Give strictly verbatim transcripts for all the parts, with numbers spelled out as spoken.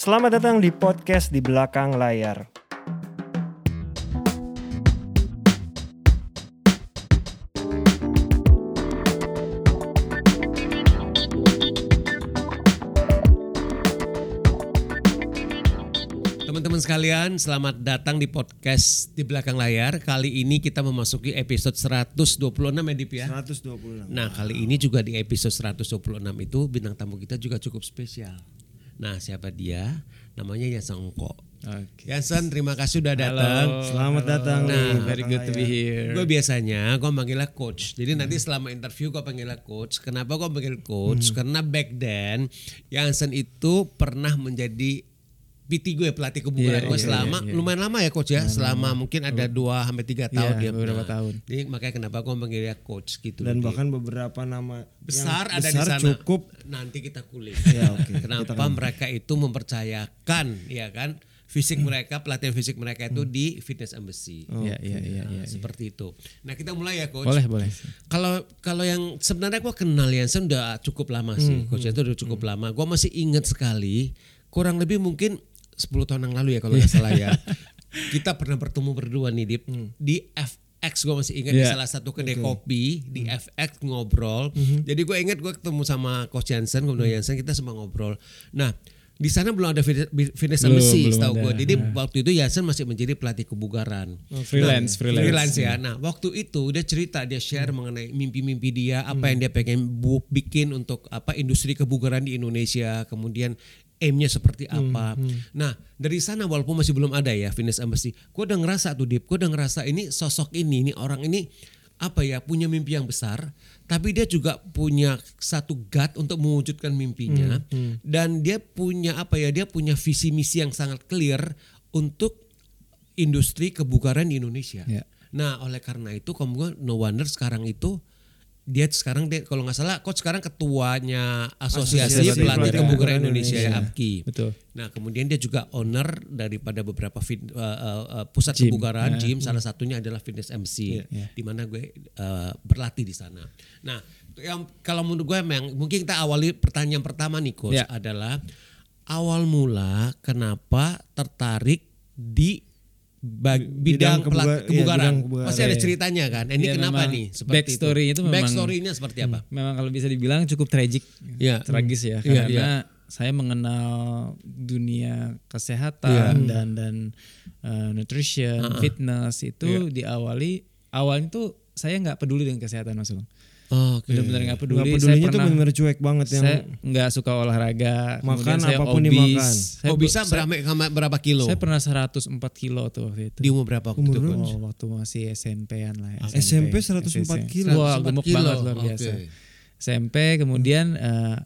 Selamat datang di podcast Di Belakang Layar. Teman-teman sekalian, selamat datang di podcast Di Belakang Layar. Kali ini kita memasuki episode seratus dua puluh enam ya Dip ya. seratus dua puluh enam. Nah kali ini juga di episode seratus dua puluh enam itu bintang tamu kita juga cukup spesial. Nah siapa dia? Namanya Yansen Ongko. Okay. Yansen, terima kasih udah datang. Halo, Selamat halo. datang Nah, di Very good to be here. Gue biasanya gue manggilnya coach. Jadi hmm. nanti selama interview gue panggilnya coach. Kenapa gue panggil coach? Hmm. Karena back then Yansen itu pernah menjadi P T gue, pelatih kebugaran yeah, gue yeah, selama yeah, yeah. lumayan lama ya coach ya. Selama hmm. mungkin ada dua sampai tiga tahun yeah, dia. beberapa Nah, tahun. Jadi makanya kenapa gue panggilnya coach gitu. Dan Jadi, bahkan beberapa nama besar yang ada besar di sana. Cukup. Nanti kita kulik. Ya, okay. Kenapa kita kan. mereka itu mempercayakan ya kan fisik mereka, pelatihan fisik mereka itu di Fitness Embassy. Oh, iya, iya, iya, Nah, iya. seperti itu. Nah kita mulai ya coach. Boleh, boleh. Kalau kalau yang sebenarnya gue kenal Yansen udah cukup lama sih. Hmm, Coach itu udah cukup hmm. lama. Gue masih ingat sekali. Kurang lebih mungkin sepuluh tahun yang lalu ya kalau nggak salah ya. Kita pernah bertemu berdua nih Dip. Hmm. Di F X gue masih ingat yeah. di salah satu kedai okay. kopi di hmm. F X ngobrol. Hmm. Jadi gue ingat gue ketemu sama Coach Yansen, Coach hmm. Yansen, kita semua ngobrol. Nah di sana belum ada Fitness Embassy setahu gue. Jadi nah. waktu itu Yansen masih menjadi pelatih kebugaran. Oh, freelance, nah, freelance. Freelance ya. Nah waktu itu dia cerita, dia share hmm. mengenai mimpi-mimpi dia, apa hmm. yang dia pengen bu- bikin untuk apa industri kebugaran di Indonesia. Kemudian aimnya seperti apa. Hmm, hmm. Nah dari sana walaupun masih belum ada ya Fitness Embassy, gue udah ngerasa tuh Dip, gue udah ngerasa ini sosok ini, ini orang ini apa ya punya mimpi yang besar, tapi dia juga punya satu gut untuk mewujudkan mimpinya hmm, hmm. dan dia punya apa ya, dia punya visi misi yang sangat clear untuk industri kebugaran di Indonesia. Yeah. Nah oleh karena itu kamu no wonder sekarang itu dia sekarang dia kalau nggak salah coach sekarang ketuanya Asosiasi, Asosiasi Pelatih Kebugaran Indonesia, Indonesia ya A P K I. Betul. Nah kemudian dia juga owner daripada beberapa fit, uh, uh, pusat gym. kebugaran, yeah. gym. Hmm. Salah satunya adalah Fitness M C, yeah. Yeah. di mana gue uh, berlatih di sana. Nah yang kalau menurut gue memang mungkin kita awali pertanyaan pertama nih coach yeah. adalah awal mula kenapa tertarik di Bag, bidang, bidang kebuga, pelat, kebugaran, iya, kebugaran. Pasti ada ceritanya kan. Ini ya, kenapa nih? Seperti backstory itu, itu memang backstory-nya seperti apa? Memang kalau bisa dibilang cukup tragic, ya. tragis ya. Ya, karena ya. saya mengenal dunia kesehatan ya. dan dan uh, nutrition, uh-uh. fitness itu ya. diawali awalnya tuh saya nggak peduli dengan kesehatan langsung. Oh, okay. Benar-benar nggak peduli. Gak pedulinya tuh benar-benar cuek banget yang saya nggak suka olahraga. Makan saya apapun obese. dimakan. Saya, oh bisa berapa, berapa kilo? Saya pernah seratus empat kilo tuh waktu itu. Di umur berapa waktu umur itu? Oh, waktu masih S M P-an lah. S M P, S M P seratus empat kilo. Wah gemuk banget luar biasa. Okay. S M P kemudian uh,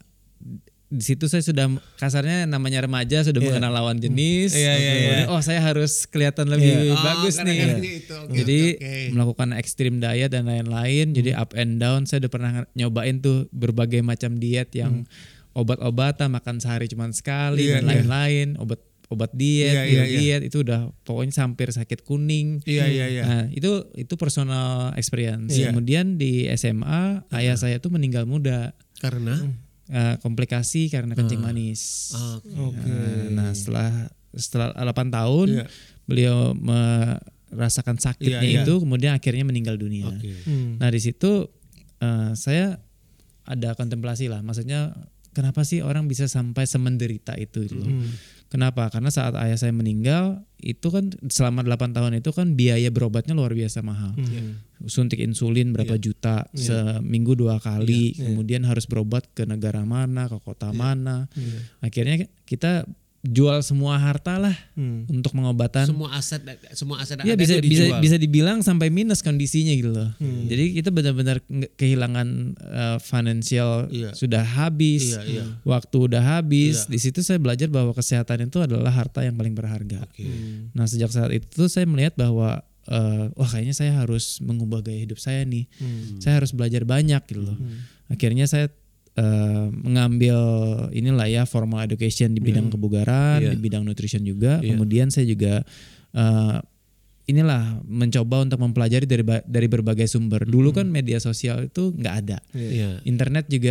di situ saya sudah kasarnya namanya remaja sudah yeah. mengenal lawan jenis. Yeah, yeah, yeah. Oh saya harus kelihatan lebih yeah. bagus oh, nih. Itu. Okay, Jadi okay. melakukan extreme diet dan lain-lain. Hmm. Jadi up and down. Saya udah pernah nyobain tuh berbagai macam diet yang hmm. obat-obatan, makan sehari cuma sekali yeah, dan lain-lain. Yeah. Obat obat diet, yeah, yeah, diet yeah. itu udah pokoknya hampir sakit kuning. Iya yeah, iya yeah, iya. Yeah. Nah itu itu personal experience. Yeah. Kemudian di S M A yeah. ayah saya tuh meninggal muda. Karena Uh, komplikasi karena kencing uh, manis. Okay. Uh, nah setelah setelah delapan tahun yeah. beliau merasakan sakitnya yeah, yeah. itu, kemudian akhirnya meninggal dunia. Okay. Hmm. Nah di situ uh, saya ada kontemplasi lah, maksudnya kenapa sih orang bisa sampai semenderita itu gitu. Hmm. Kenapa? Karena saat ayah saya meninggal itu kan selama delapan tahun itu kan biaya berobatnya luar biasa mahal. Hmm. Suntik insulin berapa yeah. juta yeah. seminggu dua kali, yeah. kemudian yeah. harus berobat ke negara mana, ke kota yeah. mana. Yeah. Akhirnya kita jual semua harta lah hmm. untuk pengobatan. Semua aset, semua aset ya, ada bisa itu bisa dijual. bisa dibilang sampai minus kondisinya gitu loh. Hmm. Jadi kita benar-benar kehilangan uh, financial yeah. sudah habis, yeah, yeah. waktu udah habis. Yeah. Di situ saya belajar bahwa kesehatan itu adalah harta yang paling berharga. Okay. Hmm. Nah sejak saat itu saya melihat bahwa uh, wah kayaknya saya harus mengubah gaya hidup saya nih. Hmm. Saya harus belajar banyak gitu loh. Hmm. Akhirnya saya Uh, mengambil inilah ya formal education di bidang yeah. kebugaran, yeah. di bidang nutrition juga. Yeah. Kemudian saya juga uh, inilah mencoba untuk mempelajari dari dari berbagai sumber. Dulu kan media sosial itu nggak ada, yeah. internet juga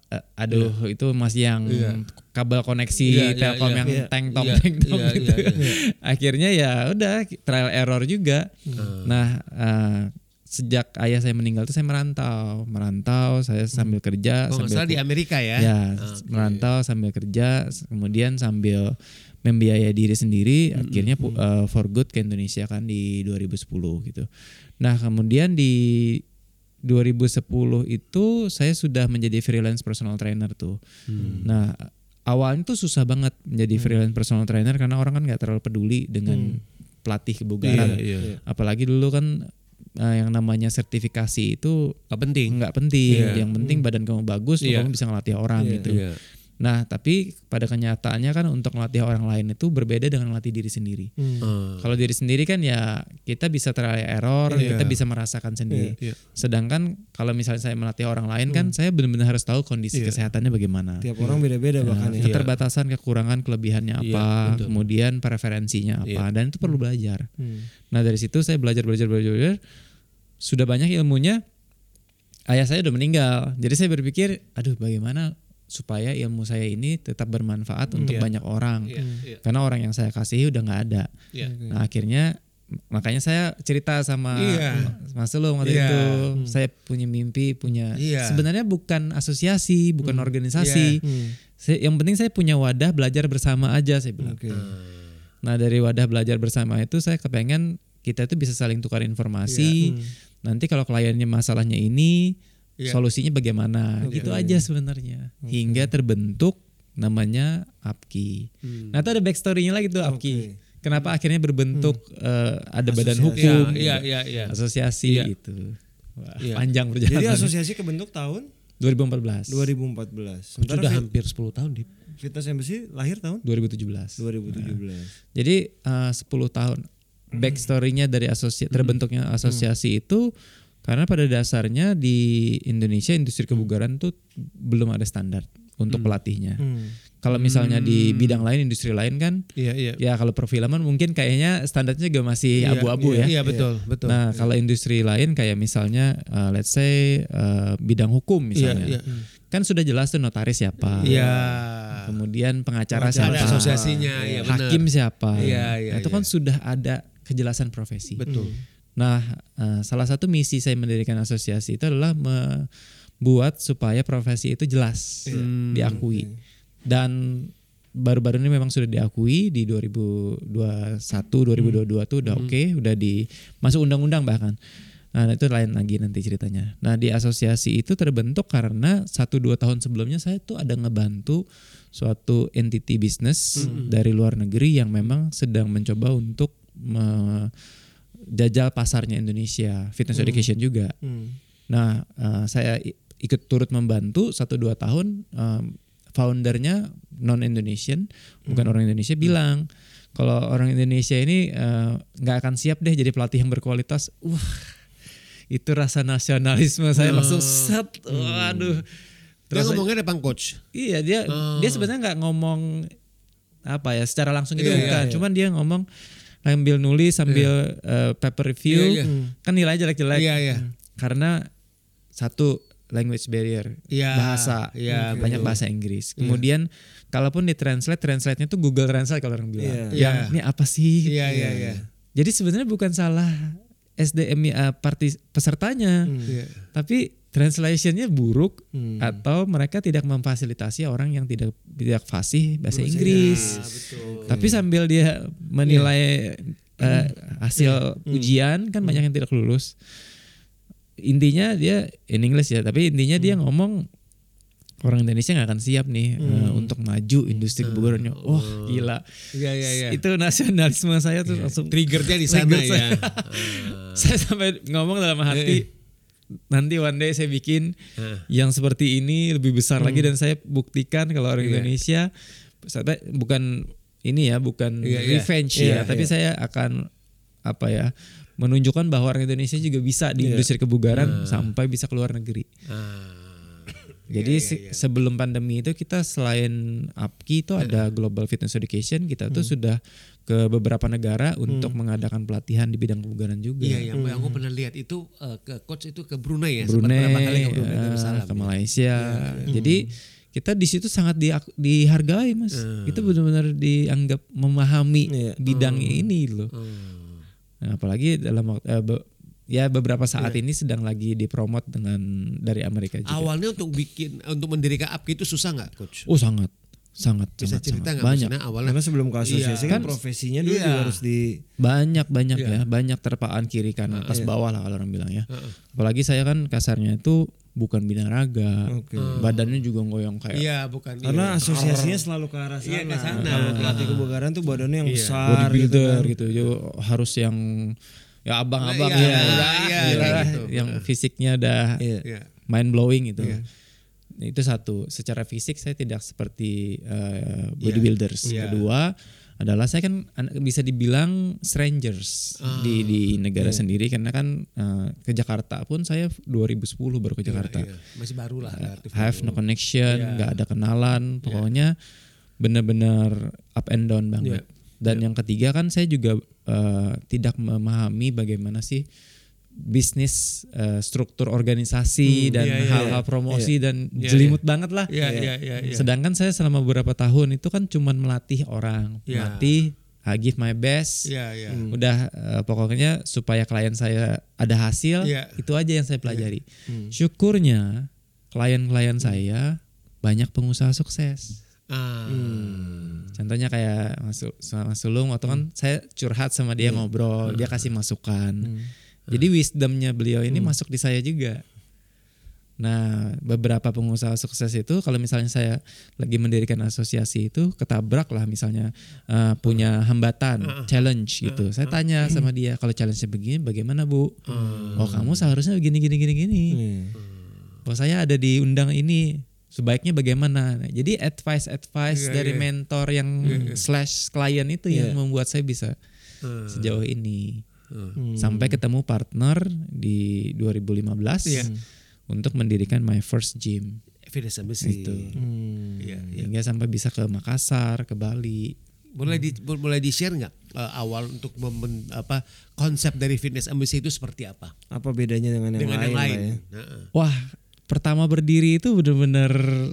uh, aduh itu masih yang Iya. kabel koneksi Iya, iya, Telkom iya. yang Iya. tank top Iya, tank top iya, gitu. iya, iya. Akhirnya ya udah trial error juga. Hmm. Nah, uh, sejak ayah saya meninggal tuh saya merantau, merantau saya sambil kerja, Kalau nggak sambil salah di Amerika ya. ya Oke. merantau sambil kerja, kemudian sambil membiayai diri sendiri, akhirnya pu- uh, for good ke Indonesia kan di dua ribu sepuluh gitu. Nah kemudian di dua ribu sepuluh itu saya sudah menjadi freelance personal trainer tuh. Hmm. Nah awalnya tuh susah banget menjadi freelance personal trainer karena orang kan nggak terlalu peduli dengan pelatih kebugaran. Iya, iya. Apalagi dulu kan uh, yang namanya sertifikasi itu Nggak penting. nggak penting. Iya. Yang penting badan kamu bagus, Iya. kamu bisa ngelatih orang Iya. gitu. Iya. Nah tapi pada kenyataannya kan untuk melatih orang lain itu berbeda dengan melatih diri sendiri. Hmm. Hmm. Kalau diri sendiri kan ya kita bisa trial error, Iya. kita bisa merasakan sendiri. Iya. Sedangkan kalau misalnya saya melatih orang lain kan saya benar-benar harus tahu kondisi Iya. kesehatannya bagaimana. Tiap orang beda-beda Nah, bahkan ya. keterbatasan, kekurangan, kelebihannya Iya, apa, betul. kemudian preferensinya apa, Iya. dan itu perlu belajar. Hmm. Nah dari situ saya belajar belajar belajar, belajar. Sudah banyak ilmunya. Ayah saya udah meninggal, jadi saya berpikir, aduh bagaimana supaya ilmu saya ini tetap bermanfaat untuk Iya. banyak orang. Iya, iya. Karena orang yang saya kasihi udah nggak ada. Iya. Nah akhirnya makanya saya cerita sama Iya. Mas Sulung waktu Iya. itu, saya punya mimpi, punya Iya. sebenarnya bukan asosiasi, bukan organisasi. Hmm. Saya, yang penting saya punya wadah belajar bersama aja saya bilang. Oke. Nah dari wadah belajar bersama itu saya kepengen kita itu bisa saling tukar informasi. Nanti kalau kliennya masalahnya ini, Iya. solusinya bagaimana? Oke. Gitu aja sebenarnya. Hingga terbentuk namanya Apki. Hmm. Nah itu ada backstory-nya lagi tuh Apki. Oke. Kenapa akhirnya berbentuk eh, ada badan Asosiasi. hukum, Iya, iya, iya. asosiasi Iya. gitu. Wah, Iya. panjang Jadi perjalanan. asosiasi kebentuk tahun dua ribu empat belas. dua ribu empat belas. Sudah Sementara Fit- hampir sepuluh tahun, Dip. Fitness Embassy lahir tahun dua ribu tujuh belas. dua ribu tujuh belas. Jadi eh, sepuluh tahun backstory-nya dari asosiasi terbentuknya asosiasi itu karena pada dasarnya di Indonesia industri kebugaran tuh belum ada standar untuk pelatihnya. Hmm. Kalau misalnya di bidang lain, industri lain kan, Iya, iya. ya kalau perfilman mungkin kayaknya standarnya juga masih Iya, abu-abu iya, ya. Iya, betul, betul. Nah kalau industri lain kayak misalnya, uh, let's say uh, bidang hukum misalnya, Iya, iya. kan sudah jelas tuh notaris siapa, Iya. kemudian pengacara Pengacara, siapa, Ada asosiasinya, ya benar. hakim siapa, Iya, iya, nah, itu iya. kan sudah ada kejelasan profesi. Betul. Nah, uh, salah satu misi saya mendirikan asosiasi itu adalah membuat supaya profesi itu jelas, Hmm. diakui. Dan baru-baru ini memang sudah diakui di dua ribu dua puluh satu, dua ribu dua puluh dua tuh udah oke, udah di masuk undang-undang bahkan. Nah, itu lain lagi nanti ceritanya. Nah, di asosiasi itu terbentuk karena satu dua tahun sebelumnya saya tuh ada ngebantu suatu entity bisnis dari luar negeri yang memang sedang mencoba untuk me- jajal pasarnya Indonesia, fitness education juga. Hmm. Nah, uh, saya i- ikut turut membantu satu dua tahun. Um, foundernya non Indonesian, bukan orang Indonesia, bilang kalau orang Indonesia ini uh, nggak akan siap deh jadi pelatih yang berkualitas. Wah, itu rasa nasionalisme saya langsung set. Waduh. Dia Terus ngomongnya depan coach. Iya dia dia sebenarnya nggak ngomong apa ya secara langsung itu Iya, bukan, iya. cuman dia ngomong sambil nulis sambil uh, paper review, Iya, iya. kan nilai jelek-jelek. Iya, iya. Karena satu language barrier, Iya, bahasa, iya, banyak betul. bahasa Inggris. Kemudian kalaupun di translate, translate-nya tuh Google Translate kalau orang Iya. bilang. Iya. Yang ini apa sih? Iya, iya, iya. Jadi sebenarnya bukan salah S D M uh, parti pesertanya, Iya. tapi translationnya buruk Hmm. atau mereka tidak memfasilitasi orang yang tidak tidak fasih bahasa Bahasa Inggris. betul. Tapi sambil dia menilai eh, hasil ujian kan banyak yang tidak lulus. Intinya dia in English ya, tapi intinya dia ngomong orang Indonesia nggak akan siap nih eh, untuk maju industri kebugarannya. Wah gila. Iya, iya, iya. Itu nasionalisme saya tuh langsung Triggernya di sana Trigger ya. saya. saya sampai ngomong dalam hati nanti one day saya bikin Heeh. yang seperti ini lebih besar lagi dan saya buktikan kalau orang Iya. Indonesia saya bukan ini ya bukan Iya, iya. revenge Iya, ya tapi iya. saya akan apa ya menunjukkan bahwa orang Indonesia juga bisa di Iya. industri kebugaran sampai bisa keluar negeri. Ah. Jadi Iya, iya, se- iya. sebelum pandemi itu kita selain A P K I itu ada Global Fitness Education, kita tuh sudah ke beberapa negara untuk mengadakan pelatihan di bidang kebugaran juga. Iya, yang yang gue pernah lihat itu eh, ke coach itu ke Brunei ya, sempat Brunei, beberapa kali ke Brunei eh, Darussalam. ke ya. Malaysia. Jadi kita di situ sangat di- dihargai, Mas. Kita benar-benar dianggap memahami Iya. bidang ini loh. Hmm. Nah, apalagi dalam waktu eh, be- ya beberapa saat ini sedang lagi dipromot dengan dari Amerika juga. Awalnya untuk bikin untuk mendirikan A P K I itu susah nggak, coach? Oh sangat, sangat, Bisa sangat, cerita sangat. nggak banyak, maksudnya awalnya? Karena sebelum ke asosiasi Iya. kan profesinya dulu Iya. juga harus di banyak, banyak Iya. ya, banyak terpaan kiri kanan atas Iya. bawah lah kalau orang bilang ya. Heeh. Apalagi saya kan kasarnya itu bukan binaraga, Oke. badannya juga ngoyong kayak Iya, bukan. Karena iya. asosiasinya selalu ke arah sana. Iya, ke sana. Kalau pelatih kebugaran tuh badannya yang Iya. besar gitu bodybuilder kan. gitu, Jadi harus yang ya abang-abang Iya, ya, iya, udah, iya, gila kayak lah, gitu. yang fisiknya udah Iya. Iya. mind blowing gitu. Iya. Itu satu. Secara fisik saya tidak seperti uh, bodybuilders. Iya. Kedua adalah saya kan an- bisa dibilang strangers Ah. di di negara Iya. sendiri karena kan uh, ke Jakarta pun saya dua ribu sepuluh baru ke Jakarta. Iya, masih baru lah. relatif Have no baru. connection, Iya. nggak ada kenalan, pokoknya benar-benar up and down banget. Iya. Dan yang ketiga kan saya juga uh, tidak memahami bagaimana sih bisnis, uh, struktur organisasi Hmm, dan iya, iya, hal-hal iya. promosi dan Iya, jelimut banget lah. Iya, iya, iya, iya. Sedangkan saya selama beberapa tahun itu kan cuman melatih orang, Iya. melatih, I give my best. Iya, iya. Udah uh, pokoknya supaya klien saya ada hasil, Iya. itu aja yang saya pelajari. Syukurnya klien-klien saya banyak pengusaha sukses. Ah. Contohnya kayak Mas, Sul- Mas Sulung waktu kan saya curhat sama dia ngobrol, dia kasih masukan. Jadi wisdomnya beliau ini masuk di saya juga. Nah, beberapa pengusaha sukses itu kalau misalnya saya lagi mendirikan asosiasi itu ketabrak lah misalnya uh, punya hambatan, challenge gitu. Saya tanya sama dia, kalau challenge-nya begini bagaimana, Bu? Oh, kamu seharusnya begini gini gini gini. Iya. Oh, saya ada diundang ini. Sebaiknya bagaimana? Nah, jadi advice-advice Iya, dari iya. mentor yang slash klien itu yang Iya. membuat saya bisa Hmm. sejauh ini. Hmm. Sampai ketemu partner di dua ribu lima belas Iya. untuk mendirikan my first gym. Fitness Embassy. Itu. Hmm. Iya, iya. Hingga sampai bisa ke Makassar, ke Bali. Boleh di boleh di share nggak eh, awal untuk memben- apa konsep dari Fitness Embassy itu seperti apa? Apa bedanya dengan yang Dengan lain, yang lah lain. ya? Heeh. Wah, pertama berdiri itu benar-benar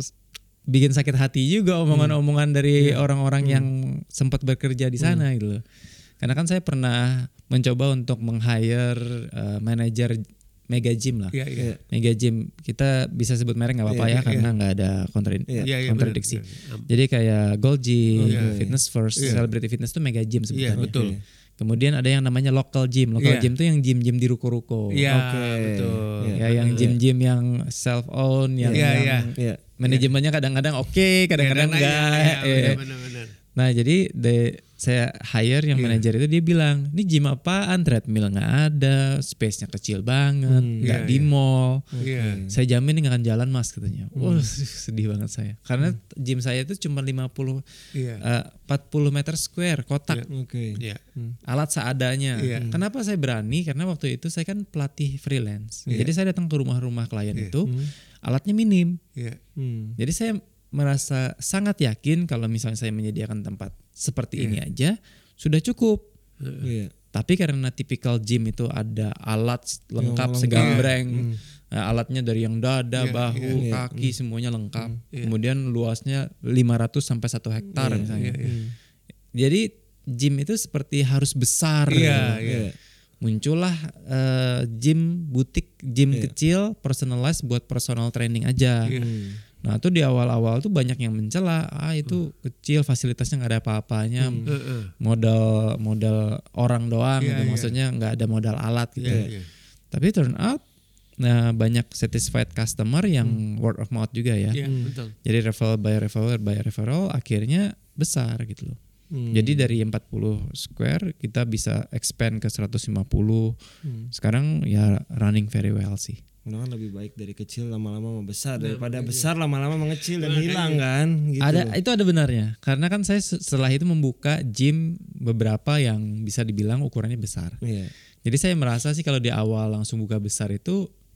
bikin sakit hati juga omongan-omongan dari orang-orang yang sempat bekerja di sana gitu loh. Karena kan saya pernah mencoba untuk meng-hire uh, manajer mega gym lah. Iya, iya. Mega gym kita bisa sebut merek nggak apa-apa Iya, ya karena nggak ada kontra- Iya. Iya, iya, kontradiksi. benar, benar. Jadi kayak Gold Gym, Oke. Fitness First, Iya. Celebrity Fitness itu mega gym Iya, sebutannya. betul. Kemudian ada yang namanya local gym. Local Iya. gym itu yang gym-gym di ruko-ruko. Iya, Oke. betul. Iya. Ya yang gym-gym yang self own, yang, Iya, yang iya. Iya. manajemennya kadang-kadang oke, kadang-kadang Iya, enggak. iya, Iya. benar-benar. Nah jadi de, saya hire yang Iya. manajer itu dia bilang, ini gym apaan? Treadmill nggak ada, space-nya kecil banget, nggak iya, di iya. mall. Iya. Saya jamin ini nggak akan jalan mas katanya. Wah sedih banget saya. Karena gym saya itu cuma lima puluh, Iya. eh, empat puluh meter square kotak. Oke. Iya. Alat seadanya. Iya. Kenapa saya berani? Karena waktu itu saya kan pelatih freelance. Iya. Jadi saya datang ke rumah-rumah klien itu, alatnya minim. Iya. Hmm. Jadi saya merasa sangat yakin kalau misalnya saya menyediakan tempat seperti ini aja sudah cukup. Iya. Tapi karena tipikal gym itu ada alat lengkap lengkap. segambreng, nah, alatnya dari yang dada, Iya, bahu, iya. kaki semuanya lengkap. Iya. Kemudian luasnya lima ratus sampai satu hektar Iya, misalnya. iya, iya. Jadi gym itu seperti harus besar. Iya, gitu. iya. Muncullah eh, gym butik, gym Iya. kecil personalized buat personal training aja. Iya. Nah itu di awal-awal tuh banyak yang mencela, ah itu kecil fasilitasnya nggak ada apa-apanya, Heeh. modal modal orang doang Iya, gitu, iya. maksudnya nggak ada modal alat gitu. Iya, iya. Tapi turn out, nah banyak satisfied customer yang word of mouth juga ya. Iya, betul. Jadi referral by referral by referral akhirnya besar gitu loh. Hmm. Jadi dari empat puluh square kita bisa expand ke seratus lima puluh. Sekarang ya running very well sih. Karena kan lebih baik dari kecil lama-lama membesar daripada besar lama-lama mengecil dan hilang kan gitu. Ada itu ada benarnya karena kan saya se- setelah itu membuka gym beberapa yang bisa dibilang ukurannya besar. Iya. Jadi saya merasa sih kalau di awal langsung buka besar itu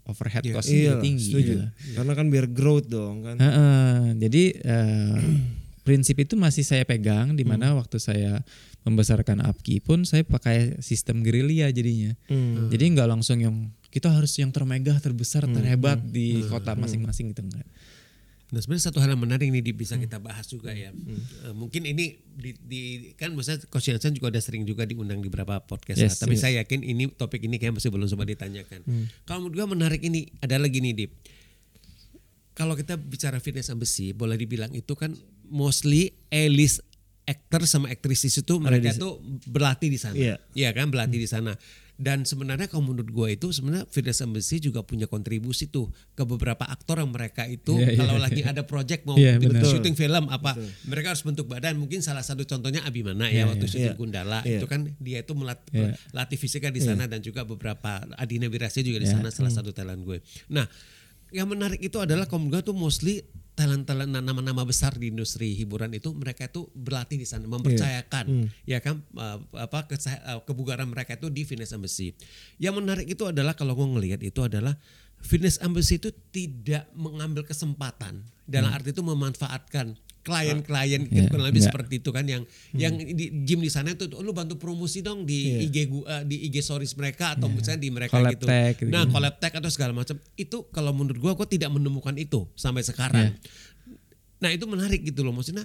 overhead Iya. cost-nya juga Iya, tinggi. setuju. gitu. Karena kan biar growth dong kan. Heeh, jadi eh, prinsip itu masih saya pegang di mana Hmm. waktu saya membesarkan Apki pun saya pakai sistem gerilya jadinya. Hmm. Jadi nggak langsung yang kita harus yang termegah, terbesar, terhebat di Hmm. kota masing-masing gitu enggak. Nah sebenarnya satu hal yang menarik nih Dip, bisa kita bahas juga ya. Eh, mungkin ini di, di- kan maksudnya Coach Jansen juga udah sering juga diundang di beberapa podcast Yes, lah. Tapi yes. saya yakin ini topik ini kayak masih belum sempat ditanyakan. Kalau menurut gue menarik ini ada lagi nih Dip. Kalau kita bicara fitness embassy, boleh dibilang itu kan mostly A-list actor sama aktris itu mereka di- tuh berlatih di sana. Iya. Iya kan berlatih di sana. Dan sebenarnya kalau menurut gue itu sebenarnya Fitness Embassy juga punya kontribusi tuh ke beberapa aktor yang mereka itu Iya, iya. kalau lagi ada project mau Iya, bikin benar. syuting film apa mereka harus bentuk badan. Mungkin salah satu contohnya Abimana ya Iya, waktu iya. syuting Iya. Gundala Iya. itu kan dia itu melat- Iya. latih fisika di sana dan juga beberapa Adina Wirasya juga di Iya. sana salah satu talent gue. Nah yang menarik itu adalah kalau menurut gue tuh mostly talent-talent nama-nama besar di industri hiburan itu mereka itu berlatih di sana, mempercayakan ya kan uh, apa kesa- uh, kebugaran mereka itu di Fitness Embassy. Yang menarik itu adalah kalau gue ngelihat itu adalah Fitness Embassy itu tidak mengambil kesempatan dalam arti itu memanfaatkan klien-klien Ya, kurang lebih enggak. seperti itu kan yang yang di gym di sana itu lu bantu promosi dong di Iya. I G gua di I G stories mereka atau misalnya di mereka Collab gitu. tag gitu. Nah, collab tag atau segala macam itu kalau menurut gua gua tidak menemukan itu sampai sekarang. Nah, itu menarik gitu loh maksudnya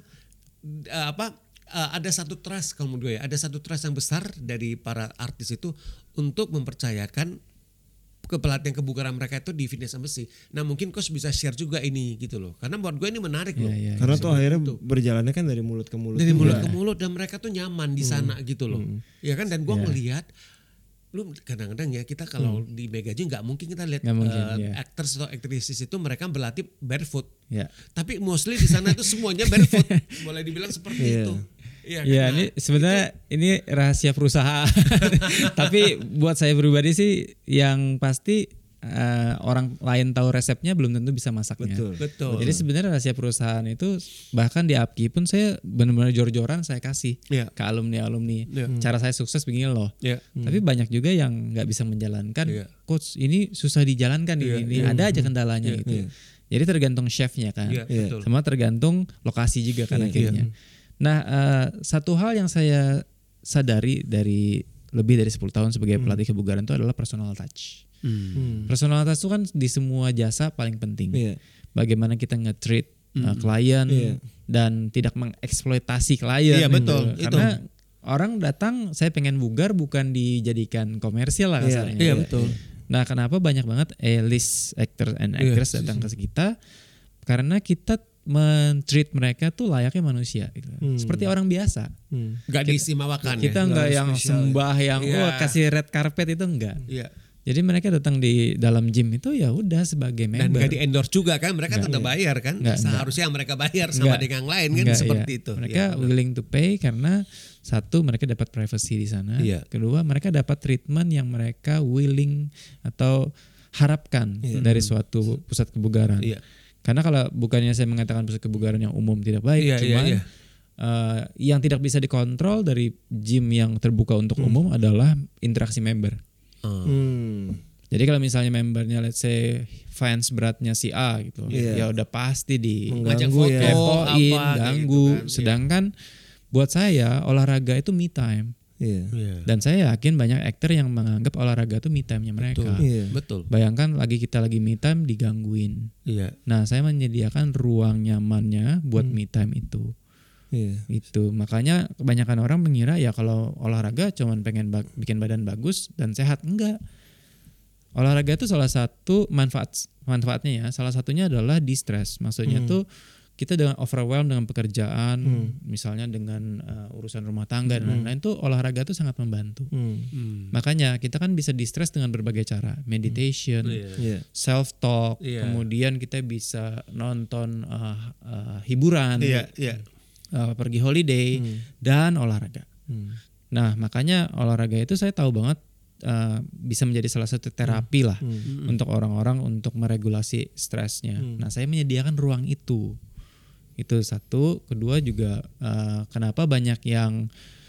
eh, apa eh, ada satu trust kalau menurut gue ya, ada satu trust yang besar dari para artis itu untuk mempercayakan kepelatihan kebugaran mereka itu di Fitness Embassy. Nah mungkin Coach bisa share juga ini gitu loh. Karena buat gue ini menarik loh. Iya, iya. Karena tuh akhirnya berjalannya kan dari mulut ke mulut. Dari mulut juga. ke mulut dan mereka tuh nyaman di sana gitu loh. Ya kan dan gue Iya. ngelihat lu kadang-kadang ya kita kalau di Mega Gym nggak mungkin kita lihat Nggak mungkin, eh, iya. actors atau aktrisis itu mereka berlatih barefoot. Ya. Tapi mostly di sana itu semuanya barefoot. Boleh dibilang seperti Iya. itu. Iya kan? Ya Nah, ini sebenarnya ini rahasia perusahaan. Tapi buat saya pribadi sih yang pasti eh, orang lain tahu resepnya belum tentu bisa masaknya. Betul. betul. Jadi sebenarnya rahasia perusahaan itu bahkan di Apki pun saya benar-benar jor-joran saya kasih Iya. ke alumni-alumni. Iya. Cara saya sukses begini loh. Iya. Tapi banyak juga yang nggak bisa menjalankan. Iya. Coach ini susah dijalankan Iya, ini, iya. ada aja kendalanya Iya, gitu. iya. Jadi tergantung chefnya kan. Iya, Iya. betul. Sama tergantung lokasi juga kan Iya, akhirnya. Nah eh, satu hal yang saya sadari dari lebih dari sepuluh tahun sebagai pelatih kebugaran itu adalah personal touch. Hmm. Personal touch itu kan di semua jasa paling penting. Iya. Bagaimana kita nge-treat uh, klien Iya. dan tidak mengeksploitasi klien. Iya, gitu. betul. Karena orang datang saya pengen bugar bukan dijadikan komersial lah Iya, kasarnya. Iya betul. Nah kenapa banyak banget A-list actor and Iya, actress datang ke kita? Karena kita men-treat mereka tuh layaknya manusia gitu. Hmm. Seperti orang biasa. Hmm. Gak diistimewakan Kita ya. enggak Nggak yang spesial, sembah yang Iya. wah kasih red carpet itu enggak. Iya. Jadi mereka datang di dalam gym itu ya udah sebagai Dan member. gak di endorse juga kan, mereka Nggak. tetap bayar kan. Nggak, Seharusnya yang mereka bayar sama Nggak. dengan yang lain kan Enggak, seperti iya. itu. Mereka Iya, willing to pay karena satu mereka dapat privacy di sana. Iya. Kedua mereka dapat treatment yang mereka willing atau harapkan Iya. dari suatu pusat kebugaran. Iya. Karena kalau bukannya saya mengatakan pusat kebugaran yang umum tidak baik, Iya, iya, cuman iya. eh, yang tidak bisa dikontrol dari gym yang terbuka untuk umum adalah interaksi member. Oh. Hmm. Jadi kalau misalnya membernya let's say fans beratnya si A gitu, Iya. ya udah pasti di Ngajak Mengganggu foto ya. kepoin, apa kayak ganggu. gitu kan. Sedangkan buat saya olahraga itu me time. Iya. Iya. Dan saya yakin banyak aktor yang menganggap olahraga itu me time-nya mereka. Betul. Iya. Betul. Bayangkan lagi kita lagi me time digangguin. Iya. Nah, saya menyediakan ruang nyamannya buat me time itu. Iya. Itu makanya kebanyakan orang mengira ya kalau olahraga cuman pengen ba- bikin badan bagus dan sehat. Enggak. Olahraga itu salah satu manfaat manfaatnya ya. Salah satunya adalah distress. Maksudnya Hmm. tuh kita dengan overwhelmed dengan pekerjaan, Hmm. misalnya dengan uh, urusan rumah tangga dan lain-lain tuh olahraga tuh sangat membantu. Hmm. Hmm. Makanya kita kan bisa distress dengan berbagai cara, meditation, Iya. Iya. self talk, Iya. kemudian kita bisa nonton uh, uh, hiburan, Iya, iya. uh, pergi holiday Hmm. dan olahraga. Hmm. Nah makanya olahraga itu saya tahu banget uh, bisa menjadi salah satu terapi lah Hmm. untuk orang-orang untuk meregulasi stresnya. Hmm. Nah saya menyediakan ruang itu. Itu satu, kedua juga uh, kenapa banyak yang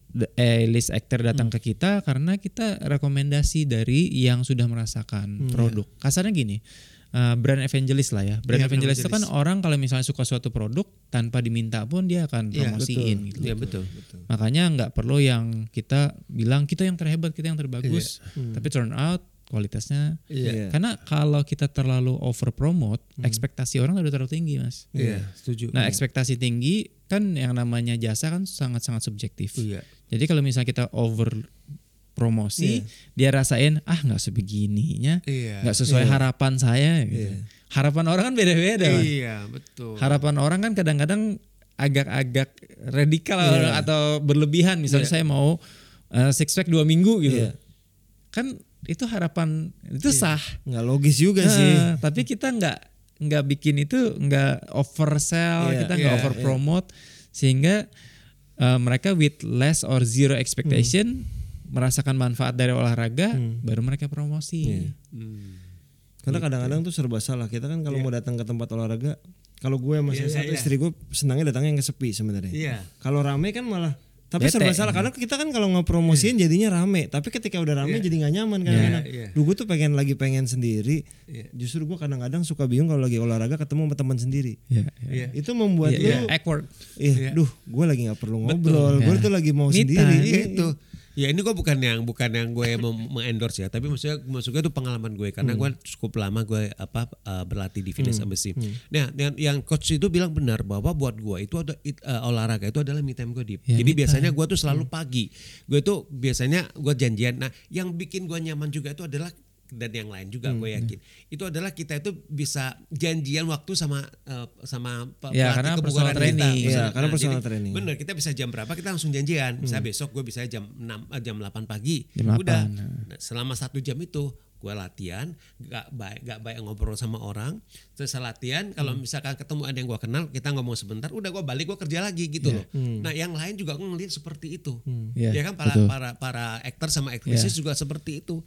A-list actor datang hmm. ke kita karena kita rekomendasi dari yang sudah merasakan hmm. produk. Kasarnya gini, uh, brand evangelist lah ya. Brand yeah, evangelist itu kan orang kalau misalnya suka suatu produk tanpa diminta pun dia akan promosiin yeah, gitu. Iya yeah, betul, betul. Makanya nggak perlu yang kita bilang kita yang terhebat, kita yang terbagus, yeah. hmm. tapi turn out kualitasnya. Yeah. Karena kalau kita terlalu over promote, hmm. ekspektasi orang udah terlalu tinggi, Mas. Iya, yeah, setuju. Nah, yeah. ekspektasi tinggi kan yang namanya jasa kan sangat-sangat subjektif. Iya. Yeah. Jadi kalau misalnya kita over promosi, yeah. dia rasain ah nggak sebegininya, nggak yeah. sesuai yeah. harapan saya. Gitu. Yeah. Harapan orang kan beda-beda. Iya yeah, betul. Harapan orang kan kadang-kadang agak-agak radikal yeah. atau berlebihan. Misalnya yeah. saya mau uh, six pack dua minggu gitu, yeah. kan itu harapan itu yeah. sah. Nggak logis juga nah, sih. Tapi kita nggak nggak bikin itu, nggak oversell, yeah. kita nggak yeah. over promote yeah. sehingga Uh, mereka with less or zero expectation hmm. merasakan manfaat dari olahraga, hmm. baru mereka promosi. Yeah. Hmm. Karena kadang-kadang tuh serba salah. Kita kan kalau yeah. mau datang ke tempat olahraga, kalau gue sama yeah, satu yeah, istri gue senangnya datangnya yang kesepi sebenarnya. Yeah. Kalau rame kan malah, tapi bete. Serba salah karena kita kan kalau ngepromosiin yeah. jadinya rame, tapi ketika udah rame yeah. jadi nggak nyaman kadang-kadang. Yeah, yeah. Duh, gue tuh pengen lagi pengen sendiri. Yeah. Justru gue kadang-kadang suka bingung kalau lagi olahraga ketemu sama teman sendiri. Yeah, yeah. Itu membuat yeah, lu yeah. awkward. Iya, yeah. duh, gue lagi nggak perlu ngobrol. Gue yeah. tuh lagi mau Me sendiri. Gitu. Ya ini gue bukan yang bukan yang gue mau mengendorse ya, tapi maksudnya maksudnya itu pengalaman gue karena hmm. gue cukup lama gue apa uh, berlatih di fitness hmm. embassy. Hmm. Nah, yang, yang coach itu bilang benar bahwa buat gue itu ada uh, olahraga itu adalah me time gue deep. Ya, jadi biasanya gue tuh selalu hmm. pagi. Gue tuh biasanya gue janjian. Nah, yang bikin gue nyaman juga itu adalah dan yang lain juga hmm. gue yakin itu adalah kita itu bisa janjian waktu sama uh, sama ya, pelatih kebugaran kita. Ya, karena personal training. Bener, kita bisa jam berapa kita langsung janjian. Misalnya hmm. besok gue bisa jam enam jam delapan pagi. Jam udah. delapan. Nah, selama satu jam itu gue latihan, gak baik gak baik ngobrol sama orang. Terus latihan, kalau hmm. misalkan ketemu ada yang gue kenal, kita ngomong sebentar, udah gue balik gue kerja lagi gitu yeah. loh. Hmm. Nah yang lain juga gue ngeliat seperti itu, hmm. yeah, ya kan para betul. para para aktor sama aktrisis yeah. juga seperti itu.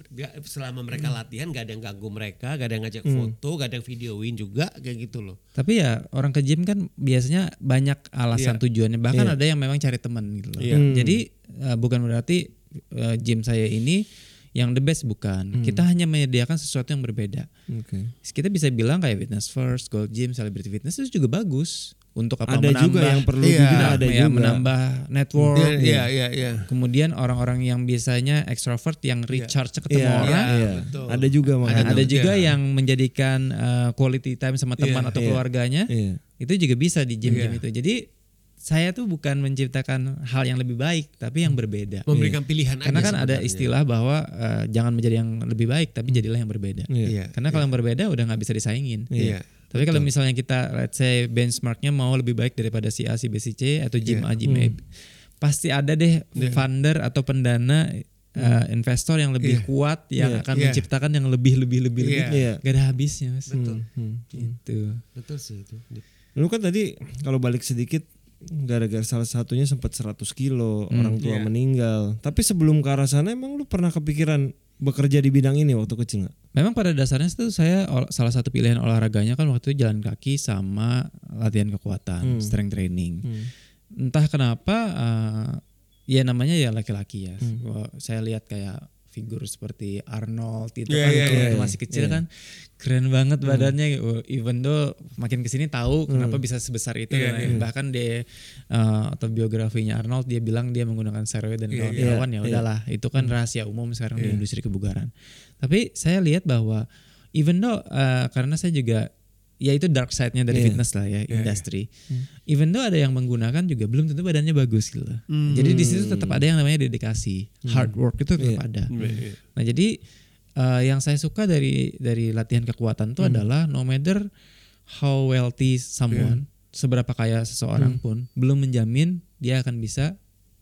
Selama mereka hmm. latihan, gak ada yang ganggu mereka, gak ada yang ngajak hmm. foto, gak ada yang videoin juga kayak gitu loh. Tapi ya orang ke gym kan biasanya banyak alasan yeah. tujuannya, bahkan yeah. ada yang memang cari teman gitu loh. Yeah. Hmm. Jadi uh, bukan berarti uh, gym saya ini yang the best, bukan. Hmm. Kita hanya menyediakan sesuatu yang berbeda. Okay. Kita bisa bilang kayak Fitness First, Gold Gym, Celebrity Fitness itu juga bagus. Untuk apa? Ada menambah, juga yang perlu iya, juga ada ya, juga. Menambah network. Iya, iya, iya, iya. Kemudian orang-orang yang biasanya extrovert yang recharge yeah. ketemu yeah, orang. Yeah, yeah. Ada juga ada, ada juga yeah. yang menjadikan uh, quality time sama teman yeah, atau yeah. keluarganya. Yeah. Itu juga bisa di gym-gym yeah. itu. Jadi saya tuh bukan menciptakan hal yang lebih baik, tapi yang berbeda. Memberikan yeah. pilihan Karena aja. Karena kan ada istilah bahwa uh, jangan menjadi yang lebih baik, tapi jadilah yang berbeda. Yeah. Karena kalau yeah. yang berbeda udah nggak bisa disaingin. Yeah. Tapi kalau misalnya kita, let's say benchmarknya mau lebih baik daripada si A, si B, si C atau gym yeah. A, gym A, hmm. pasti ada deh yeah. funder atau pendana uh, investor yang lebih yeah. kuat yang yeah. akan yeah. menciptakan yang lebih lebih lebih yeah. lebih. Yeah. Gak ada habisnya, Mas. Betul. Hmm. Gitu. Betul sih itu. Lu kan tadi kalau balik sedikit, gara-gara salah satunya sempat seratus kilo, hmm, orang tua yeah. meninggal. Tapi sebelum ke arah sana emang lu pernah kepikiran bekerja di bidang ini waktu kecil gak? Memang pada dasarnya itu saya salah satu pilihan olahraganya kan waktu itu jalan kaki sama latihan kekuatan, hmm. strength training. Hmm. Entah kenapa uh, ya namanya ya laki-laki ya. Hmm. Saya lihat kayak figur seperti Arnold itu yeah, kan yeah, yeah, masih kecil yeah. kan keren banget hmm. badannya, even though makin kesini tahu hmm. kenapa bisa sebesar itu yeah, kan. yeah. Bahkan di uh, autobiografinya Arnold dia bilang dia menggunakan steroid dan yeah, kawan-kawan yeah, ya udahlah yeah. itu kan hmm. rahasia umum sekarang yeah. di industri kebugaran. Tapi saya lihat bahwa even though uh, karena saya juga ya itu dark side-nya dari yeah. fitness lah ya, yeah, industri. Yeah. Hmm. Even though ada yang menggunakan juga belum tentu badannya bagus gitu. Hmm. Jadi di situ tetap ada yang namanya dedikasi, hmm. hard work itu tetap yeah. ada. Yeah. Nah jadi uh, yang saya suka dari dari latihan kekuatan itu hmm. adalah no matter how wealthy someone, yeah. seberapa kaya seseorang hmm. pun belum menjamin dia akan bisa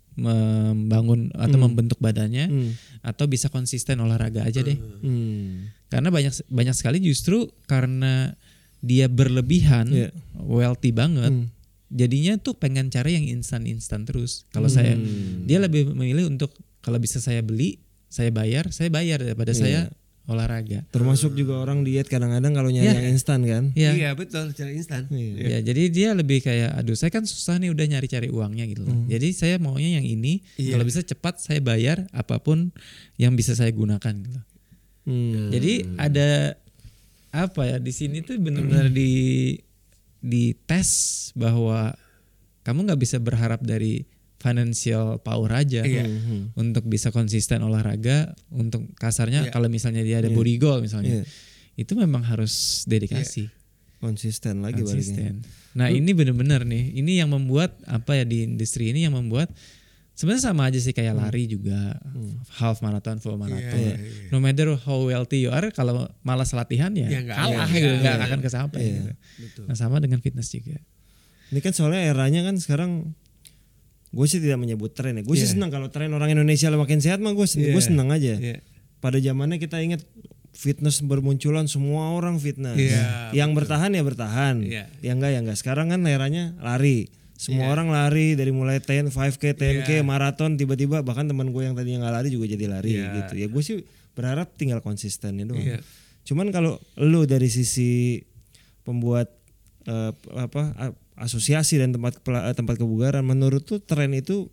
membangun atau hmm. membentuk badannya hmm. atau bisa konsisten olahraga aja deh. Hmm. Karena banyak banyak sekali justru karena dia berlebihan, yeah. wealthy banget, hmm. jadinya tuh pengen cari yang instan-instan terus. Kalau hmm. saya, dia lebih memilih untuk kalau bisa saya beli, saya bayar, saya bayar daripada yeah. saya olahraga. Termasuk juga orang diet kadang-kadang kalau nyari Ya. yang instan kan. Ya. Iya betul, cara instan. Ya, jadi dia lebih kayak aduh saya kan susah nih udah nyari-cari uangnya gitu loh. Hmm. Jadi saya maunya yang ini, Iya. kalau bisa cepat saya bayar apapun yang bisa saya gunakan gitu. Hmm. Jadi ada apa ya di sini tuh benar-benar di di tes bahwa kamu nggak bisa berharap dari financial power aja Iya. untuk bisa konsisten olahraga. Untuk kasarnya Iya. kalau misalnya dia ada Iya. body goal misalnya, Iya. itu memang harus dedikasi. Konsisten lagi baliknya. Konsisten. Nah ini benar-benar nih, ini yang membuat apa ya di industri ini yang membuat sebenarnya sama aja sih kayak lari juga, half marathon, full marathon. Iya, iya. No matter how wealthy you are, kalau malas latihan ya, Ya, nggak- kalah iya, gitu, iya, nggak iya. akan kesampai. Iya. Gitu. Betul. Nah sama dengan fitness juga. Ini kan soalnya eranya kan sekarang gue sih tidak menyebut tren ya. Gue sih Iya. senang kalau tren orang Indonesia makin sehat mah gue sen- Iya. gue senang aja. Iya. Pada zamannya kita ingat fitness bermunculan semua orang fitness. Iya, Yang bertahan ya bertahan. Iya. Yang enggak ya enggak. Sekarang kan eranya lari. Semua Iya. orang lari dari mulai sepuluh, lima K, sepuluh K, Iya. maraton tiba-tiba bahkan teman gue yang tadinya nggak lari juga jadi lari Iya. gitu. Ya gue sih berharap tinggal konsistennya doang. Iya. Cuman kalau lu dari sisi pembuat eh, apa a- asosiasi dan tempat kepela- eh, tempat kebugaran, menurut tuh tren itu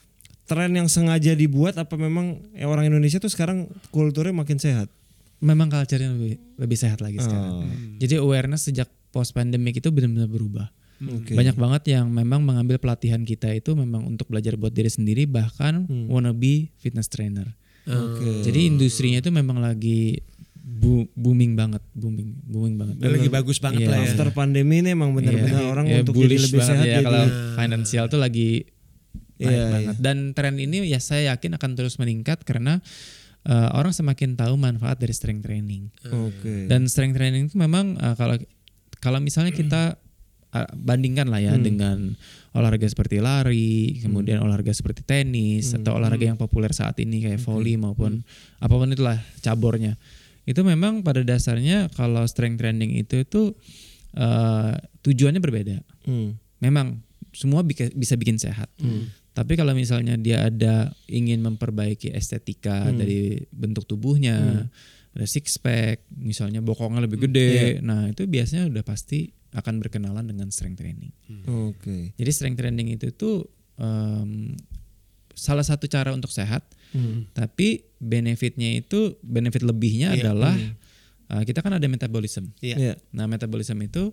tren yang sengaja dibuat apa memang eh, orang Indonesia tuh sekarang kulturnya makin sehat? Memang culture-nya lebih lebih sehat lagi sekarang. Oh. Jadi awareness sejak post pandemic itu benar-benar berubah. Oke. Banyak banget yang memang mengambil pelatihan kita itu memang untuk belajar buat diri sendiri, bahkan wanna be fitness trainer. Oke. Jadi industrinya itu memang lagi bu- booming banget, booming, booming banget. Dan lagi bagus banget Iya. lah ya. After pandemi ini emang benar-benar Iya. orang Ya, untuk jadi bullish lebih banget sehat ya jadi kalau finansial tuh lagi naik Iya, banget. Dan tren ini ya saya yakin akan terus meningkat karena uh, orang semakin tahu manfaat dari strength training. Oke. Dan strength training itu memang uh, kalau kalau misalnya kita uh, bandingkan lah ya Hmm. dengan olahraga seperti lari, kemudian olahraga seperti tenis Hmm. atau olahraga yang populer saat ini kayak volley maupun apapun itulah cabornya. Itu memang pada dasarnya kalau strength training itu itu uh, tujuannya berbeda. Hmm. Memang semua bika- bisa bikin sehat. Tapi kalau misalnya dia ada ingin memperbaiki estetika dari bentuk tubuhnya, ada six pack, misalnya bokongnya lebih gede, nah itu biasanya udah pasti akan berkenalan dengan strength training. Oke. Jadi strength training itu tuh em, salah satu cara untuk sehat, Hmm. tapi benefitnya itu benefit lebihnya adalah uh, kita kan ada metabolisme. Iya. Iya. Nah metabolisme itu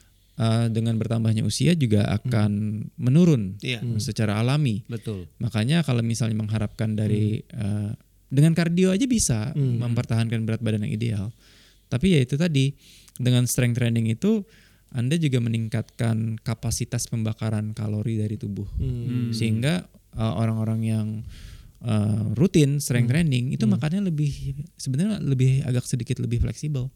uh, dengan bertambahnya usia juga akan menurun Iya. secara alami. Betul. Makanya kalau misalnya mengharapkan dari uh, dengan kardio aja bisa mempertahankan berat badan yang ideal. Tapi ya itu tadi dengan strength training itu Anda juga meningkatkan kapasitas pembakaran kalori dari tubuh. Hmm. Sehingga uh, orang-orang yang uh, rutin strength training itu makannya lebih sebenarnya lebih agak sedikit lebih fleksibel.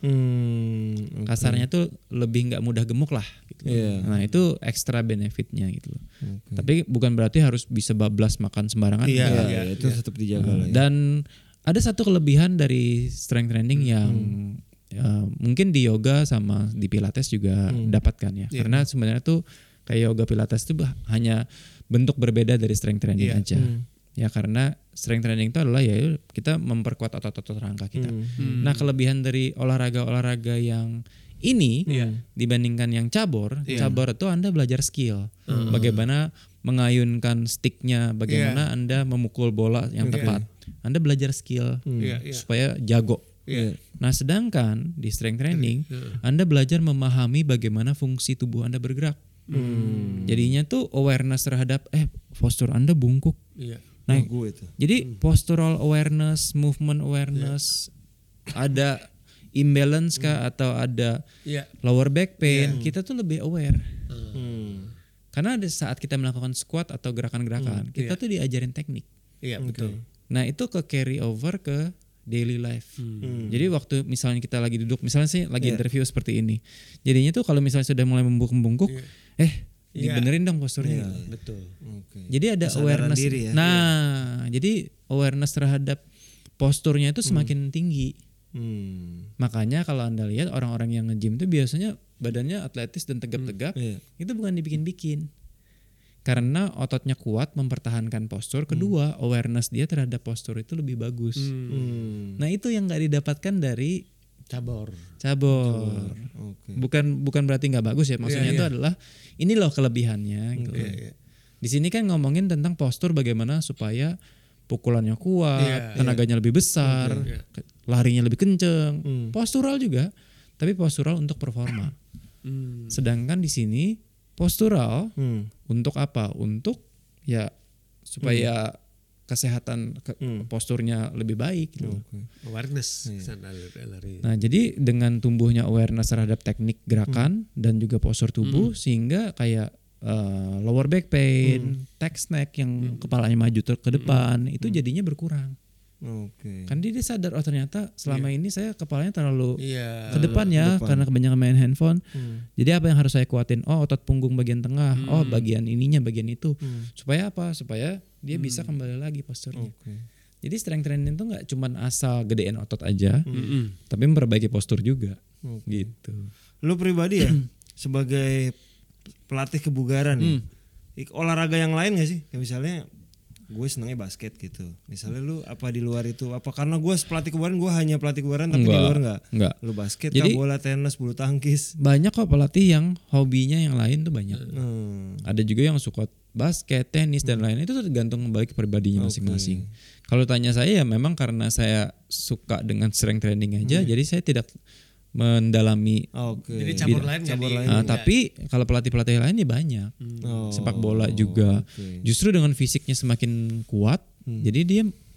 Hmm. Oke. Kasarnya tuh lebih nggak mudah gemuk lah gitu. Iya. Nah itu ekstra benefitnya gitu. Oke. Tapi bukan berarti harus bisa bablas makan sembarangan. Iya, enggak. Iya, itu tetap dijaga lah ya. Dan ada satu kelebihan dari strength training yang ya, mungkin di yoga sama di pilates juga dapatkan ya. Iya. Karena sebenarnya tuh kayak yoga pilates itu bah- hanya bentuk berbeda dari strength training Iya. aja. Ya karena strength training itu adalah ya kita memperkuat otot-otot rangka kita. Nah kelebihan dari olahraga-olahraga yang ini dibandingkan yang cabor, Iya. cabor itu Anda belajar skill, bagaimana mengayunkan sticknya, bagaimana Anda memukul bola yang Iya. tepat. Anda belajar skill Iya, iya. supaya jago. Iya. Nah sedangkan di strength training Anda belajar memahami bagaimana fungsi tubuh Anda bergerak. Jadinya tuh awareness terhadap eh postur Anda bungkuk. Iya. Nah, gue itu. jadi postural awareness, movement awareness, ada imbalance kah atau ada Iya. lower back pain, kita tuh lebih aware. Hmm. Karena ada saat kita melakukan squat atau gerakan-gerakan, kita tuh diajarin teknik. Iya, betul. Nah, itu ke carry over ke daily life. Hmm. Jadi waktu misalnya kita lagi duduk, misalnya sih lagi Iya. interview seperti ini. Jadinya tuh kalau misalnya sudah mulai membungkuk-bungkuk, eh Iya. dibenerin dong posturnya. Betul. Oke. Jadi ada Kesadaran awareness. diri ya. Nah, jadi awareness terhadap posturnya itu semakin tinggi. Hmm. Makanya kalau Anda lihat orang-orang yang nge-gym itu biasanya badannya atletis dan tegap-tegap. Iya. Itu bukan dibikin-bikin. Karena ototnya kuat mempertahankan postur. Kedua, hmm. awareness dia terhadap postur itu lebih bagus. Hmm. Nah itu yang nggak didapatkan dari cabor. Cabor. cabor. Okay. Bukan bukan berarti nggak bagus ya. Maksudnya yeah, itu yeah. adalah ini loh kelebihannya. Gitu. Okay, yeah. Di sini kan ngomongin tentang postur bagaimana supaya pukulannya kuat, yeah, tenaganya yeah. lebih besar, okay, yeah. larinya lebih kenceng. Hmm. Postural juga, tapi postural untuk performa. Hmm. Sedangkan di sini postural hmm. untuk apa? Untuk ya supaya hmm. kesehatan ke, hmm. posturnya lebih baik gitu. Okay. Awareness. Yeah. Nah, jadi dengan tumbuhnya awareness terhadap teknik gerakan hmm. dan juga postur tubuh hmm. sehingga kayak uh, lower back pain, hmm. text neck yang hmm. kepalanya maju ter- ke depan hmm. itu jadinya berkurang. Oke. Okay. Kan dia sadar oh ternyata selama yeah. ini saya kepalanya terlalu yeah. ke depan ya depan. Karena kebanyakan main handphone. Hmm. Jadi apa yang harus saya kuatin? Oh otot punggung bagian tengah. Hmm. Oh bagian ininya bagian itu. Hmm. Supaya apa? Supaya dia hmm. bisa kembali lagi posturnya. Okay. Jadi strength training itu nggak cuma asal gedein otot aja, hmm. tapi memperbaiki postur juga. Okay. Gitu. Lu pribadi ya sebagai pelatih kebugaran hmm. ya, olahraga yang lain nggak sih? Kayak misalnya gue senengnya basket gitu. Misalnya lu apa di luar itu? Apa karena gue pelatih kebugaran gue hanya pelatih kebugaran tapi enggak, di luar enggak? Enggak. Lu basket, jadi, bola, tenis, bulu tangkis. Banyak kok pelatih yang hobinya yang lain tuh banyak. Hmm. Ada juga yang suka basket, tenis dan hmm. lain itu tergantung kembali ke pribadinya okay. masing-masing. Kalau tanya saya ya memang karena saya suka dengan strength training aja, hmm. jadi saya tidak mendalami. Okay. Jadi cabur lain cabur jadi, lain. Nah, tapi kalau pelatih-pelatih lain ya banyak. Hmm. Oh, sepak bola juga. Okay. Justru dengan fisiknya semakin kuat, hmm. jadi dia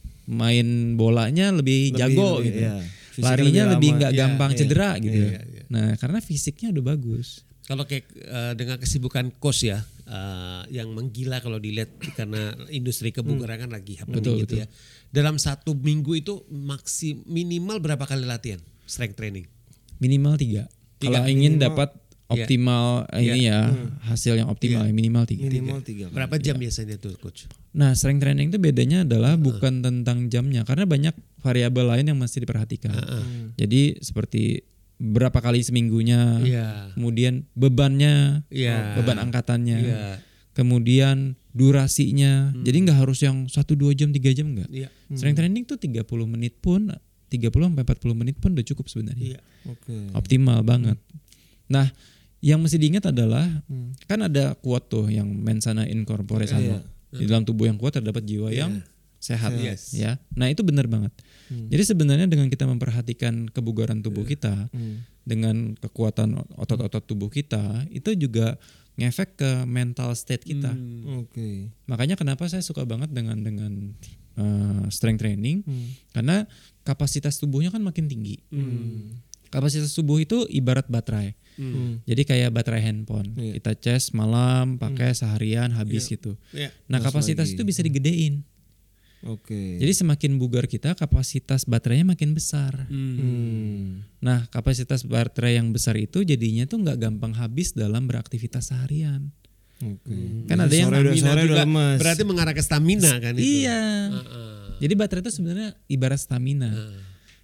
main bolanya lebih, lebih jago lebih, gitu. Iya. Larinya lebih nggak ya, gampang ya, cedera ya, gitu. Ya, ya, ya. Nah, karena fisiknya udah bagus. Kalau kayak uh, dengan kesibukan coach ya, uh, yang menggila kalau dilihat karena industri kebugaran kan hmm. lagi happening gitu betul. Ya. Dalam satu minggu itu maksimal minimal berapa kali latihan strength training? Minimal tiga. Kalau ingin dapat optimal yeah. ini ya hmm. hasil yang optimal yeah. minimal tiga. Minimal tiga. Berapa jam yeah. biasanya tuh coach? Nah strength training itu bedanya adalah uh. bukan tentang jamnya karena banyak variabel lain yang mesti diperhatikan. Uh. Hmm. Jadi seperti berapa kali seminggunya, yeah. kemudian bebannya, yeah. beban angkatannya, yeah. kemudian durasinya. Hmm. Jadi nggak harus yang satu dua jam tiga jam nggak. Yeah. Hmm. Strength training tuh tiga puluh menit pun tiga puluh sampai empat puluh menit pun udah cukup sebenarnya. Iya. Okay. Optimal banget. Hmm. Nah, yang mesti diingat adalah hmm. kan ada quote tuh yang mens sana in corpore sano. Yeah. Di dalam tubuh yang kuat terdapat jiwa yeah. yang sehat yes. ya. Nah, itu benar banget. Hmm. Jadi sebenarnya dengan kita memperhatikan kebugaran tubuh yeah. kita hmm. dengan kekuatan otot-otot tubuh kita, itu juga ngefek ke mental state kita. Hmm. Oke. Okay. Makanya kenapa saya suka banget dengan dengan uh, strength training hmm. karena kapasitas tubuhnya kan makin tinggi. Hmm. Kapasitas tubuh itu ibarat baterai. Hmm. Jadi kayak baterai handphone. Yeah. Kita cas malam, pakai hmm. seharian habis yeah. gitu. Yeah. Nah, Mas kapasitas lagi. Itu bisa digedein. Oke. Okay. Jadi semakin bugar kita, kapasitas baterainya makin besar. Hmm. Nah, kapasitas baterai yang besar itu jadinya tuh nggak gampang habis dalam beraktivitas seharian. Okay. Kan ada yang sore, sore juga berarti mengarah ke stamina kan itu. Iya. Uh-uh. Jadi baterai itu sebenarnya ibarat stamina. Uh.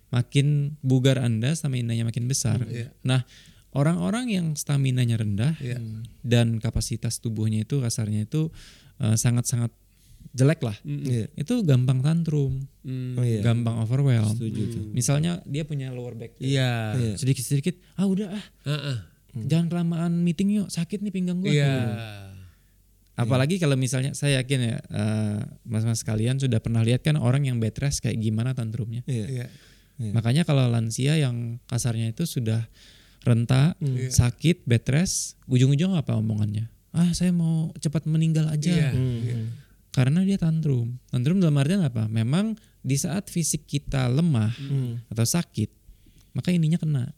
Makin bugar Anda, staminanya makin besar. Uh, yeah. Nah, orang-orang yang staminanya rendah yeah. dan kapasitas tubuhnya itu kasarnya itu uh, sangat-sangat jelek lah. Mm. Yeah. Itu gampang tantrum, mm. oh, yeah. gampang overwhelm. Mm. Misalnya dia punya lower back, yeah. Yeah. sedikit-sedikit, ah udah ah, uh-uh. jangan kelamaan meeting yuk, sakit nih pinggang gua. Yeah. Apalagi kalau misalnya saya yakin ya uh, mas-mas kalian sudah pernah lihat kan orang yang bed rest kayak gimana tantrumnya. Iya. Yeah. Yeah. Makanya kalau lansia yang kasarnya itu sudah renta, yeah. sakit, bed rest, ujung-ujung apa omongannya? Ah saya mau cepat meninggal aja. Yeah. Mm-hmm. Karena dia tantrum. Tantrum dalam artian apa? Memang di saat fisik kita lemah mm. atau sakit, maka ininya kena.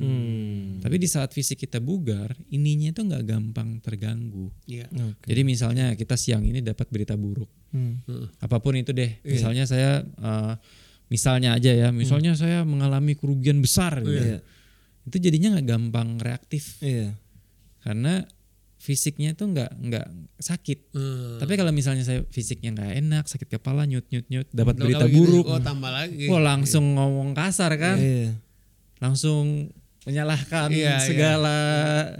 Hmm. Tapi di saat fisik kita bugar, ininya itu nggak gampang terganggu. Yeah. Okay. Jadi misalnya kita siang ini dapat berita buruk, hmm. apapun itu deh. Yeah. Misalnya saya, uh, misalnya aja ya, misalnya hmm. saya mengalami kerugian besar, oh, gitu. Yeah. Itu jadinya nggak gampang reaktif, yeah. karena fisiknya itu nggak nggak sakit. Hmm. Tapi kalau misalnya saya fisiknya nggak enak, sakit kepala, nyut nyut nyut, dapat Loh, berita buruk, gitu, oh tambah lagi. Wah langsung yeah. ngomong kasar kan. Yeah. Langsung menyalahkan iya, segala iya.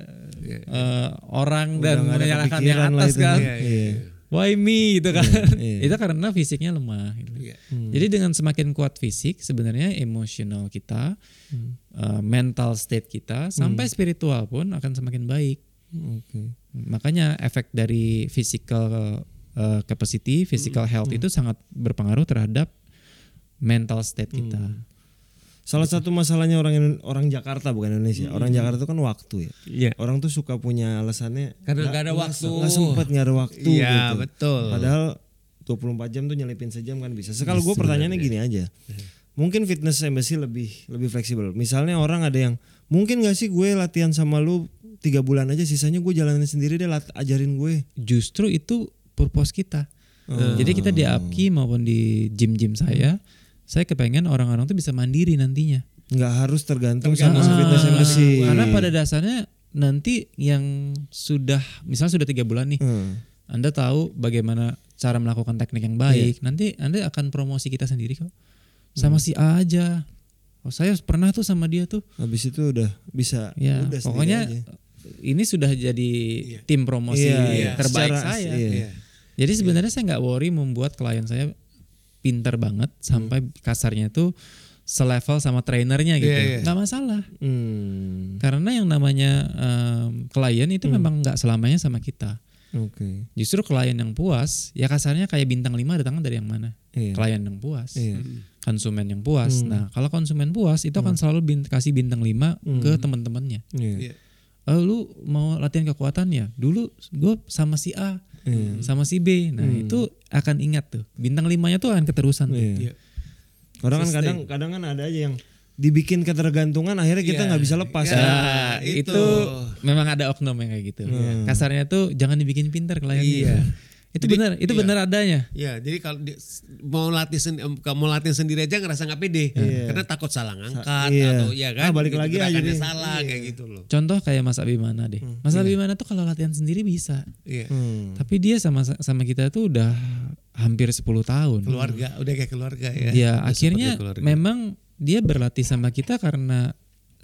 yeah. uh, orang udah dan menyalahkan yang atas kan. Yeah, yeah, yeah. Why me gitu kan. Yeah, yeah. Itu karena fisiknya lemah gitu. Yeah. Hmm. Jadi dengan semakin kuat fisik sebenarnya emosional kita, hmm. uh, mental state kita, hmm. sampai spiritual pun akan semakin baik. Okay. Makanya efek dari physical uh, capacity, physical health hmm. itu sangat berpengaruh terhadap mental state kita. Hmm. Salah satu masalahnya orang orang Jakarta bukan Indonesia. Hmm. Orang Jakarta itu kan waktu ya. Yeah. Orang tuh suka punya alasannya karena nggak ada waktu. Nggak sempat nggak ada waktu. Iya gitu. betul. Padahal dua puluh empat jam tuh nyelipin sejam kan bisa. Sekarang gue pertanyaannya gini aja. Mungkin fitness embassy lebih lebih fleksibel. Misalnya orang ada yang mungkin nggak sih gue latihan sama lu tiga bulan aja, sisanya gue jalanin sendiri deh, lat- ajarin gue. Justru itu purpose kita. Oh. Jadi kita di A P K I maupun di gym-gym saya, hmm. saya kepengen orang-orang tuh bisa mandiri nantinya. Nggak harus tergantung sama ah, fitness embassy. Karena pada dasarnya nanti yang sudah, misalnya sudah tiga bulan nih, hmm. Anda tahu bagaimana cara melakukan teknik yang baik, yeah. nanti Anda akan promosi kita sendiri kok. Sama hmm. si A aja. Oh, saya pernah tuh sama dia tuh. Habis itu udah bisa. Ya, udah pokoknya aja. Ini sudah jadi yeah. tim promosi yeah, terbaik yeah. saya. Yeah. Yeah. Jadi sebenarnya yeah. saya nggak worry membuat klien saya pintar banget hmm. sampai kasarnya tuh selevel sama trainernya gitu, yeah, yeah. nggak masalah. Hmm. Karena yang namanya um, klien itu hmm. memang nggak selamanya sama kita. Okay. Justru klien yang puas, ya kasarnya kayak bintang lima datangnya dari yang mana? Yeah. Klien yang puas, yeah. konsumen yang puas. Hmm. Nah kalau konsumen puas itu hmm. akan selalu bint- kasih bintang lima hmm. ke teman-temannya. Yeah. Yeah. Oh, lu mau latihan kekuatan ya? Dulu gue sama si A, hmm. sama si B. Nah hmm. itu akan ingat tuh. Bintang limanya tuh akan keterusan tuh. Yeah. Orang kan kadang kadang kan ada aja yang dibikin ketergantungan akhirnya kita nggak yeah. bisa lepas. Yeah. Nah, itu. itu memang ada oknum yang kayak gitu. Hmm. Kasarnya tuh jangan dibikin pintar kliennya. Yeah. Itu jadi, benar, itu iya. benar adanya. Iya, jadi kalau di, mau latih sen, mau latihan sendiri aja ngerasa nggak pede, iya. karena takut salah ngangkat iya. atau ya kan, ah, balik lagi aja salah iya. kayak gitu loh. Contoh kayak Mas Abimana deh, hmm. Mas iya. Abimana tuh kalau latihan sendiri bisa, iya. hmm. tapi dia sama sama kita tuh udah hampir sepuluh tahun. Keluarga, udah kayak keluarga ya. Ya akhirnya memang dia berlatih sama kita karena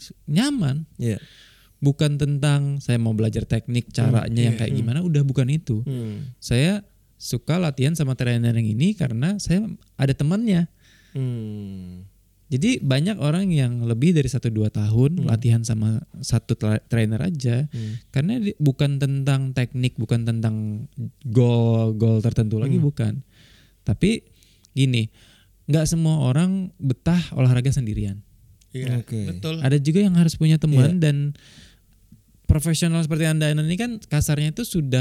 nyaman. Iya. Bukan tentang saya mau belajar teknik caranya hmm, yang kayak hmm. gimana, udah bukan itu. Hmm. Saya suka latihan sama trainer yang ini karena saya ada temannya. Hmm. Jadi banyak orang yang lebih dari satu dua tahun hmm. latihan sama satu tra- trainer aja, hmm. karena di, bukan tentang teknik, bukan tentang goal goal tertentu hmm. lagi, bukan. Tapi gini, nggak semua orang betah olahraga sendirian. Iya, okay. betul. Ada juga yang harus punya teman yeah. dan profesional seperti Anda ini kan kasarnya itu sudah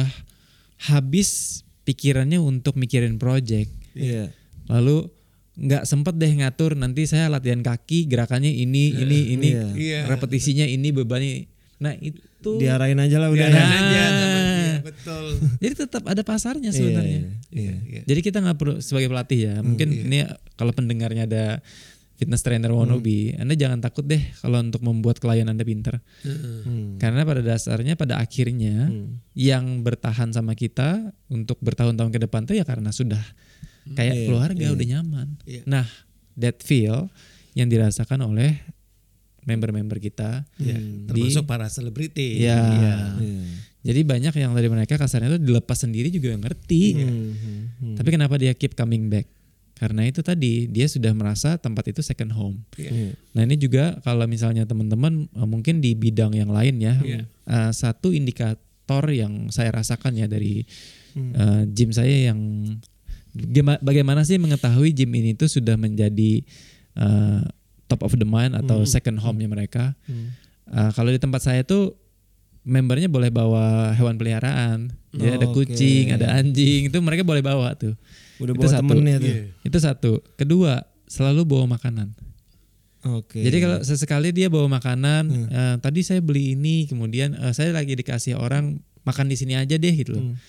habis pikirannya untuk mikirin project. Yeah. Lalu nggak sempet deh ngatur nanti saya latihan kaki gerakannya ini yeah. ini ini yeah. repetisinya ini bebannya. Nah itu diarahin aja lah udah. Diarahin aja sama dia, betul. Jadi tetap ada pasarnya sebenarnya. Yeah, yeah, yeah. Jadi kita nggak perlu sebagai pelatih ya. Mungkin mm, yeah. ini kalau pendengarnya ada fitness trainer wannabe, hmm. Anda jangan takut deh kalau untuk membuat klien Anda pintar. Hmm. Karena pada dasarnya pada akhirnya hmm. yang bertahan sama kita untuk bertahun-tahun ke depan tuh ya karena sudah kayak yeah, keluarga yeah. udah nyaman. Yeah. Nah, that feel yang dirasakan oleh member-member kita, yeah. di, termasuk para selebriti. Ya. Yeah. Yeah. Jadi banyak yang dari mereka kasarnya itu dilepas sendiri juga ngerti. Hmm. Hmm. Hmm. Tapi kenapa dia keep coming back? Karena itu tadi dia sudah merasa tempat itu second home. Yeah. Nah ini juga kalau misalnya teman-teman uh, mungkin di bidang yang lain ya, yeah. uh, satu indikator yang saya rasakan ya dari hmm. uh, gym saya yang gema- bagaimana sih mengetahui gym ini tuh sudah menjadi uh, top of the mind atau hmm. second home-nya mereka. Hmm. Uh, kalau di tempat saya tuh membernya boleh bawa hewan peliharaan, oh, jadi ada kucing, okay. ada anjing, itu mereka boleh bawa tuh. Udah itu bawa satu. temennya tuh. Yeah. Itu satu. Kedua, selalu bawa makanan. Oke. Okay. Jadi kalau sesekali dia bawa makanan, hmm. uh, tadi saya beli ini, kemudian uh, saya lagi dikasih orang makan di sini aja deh gitu loh. Hmm.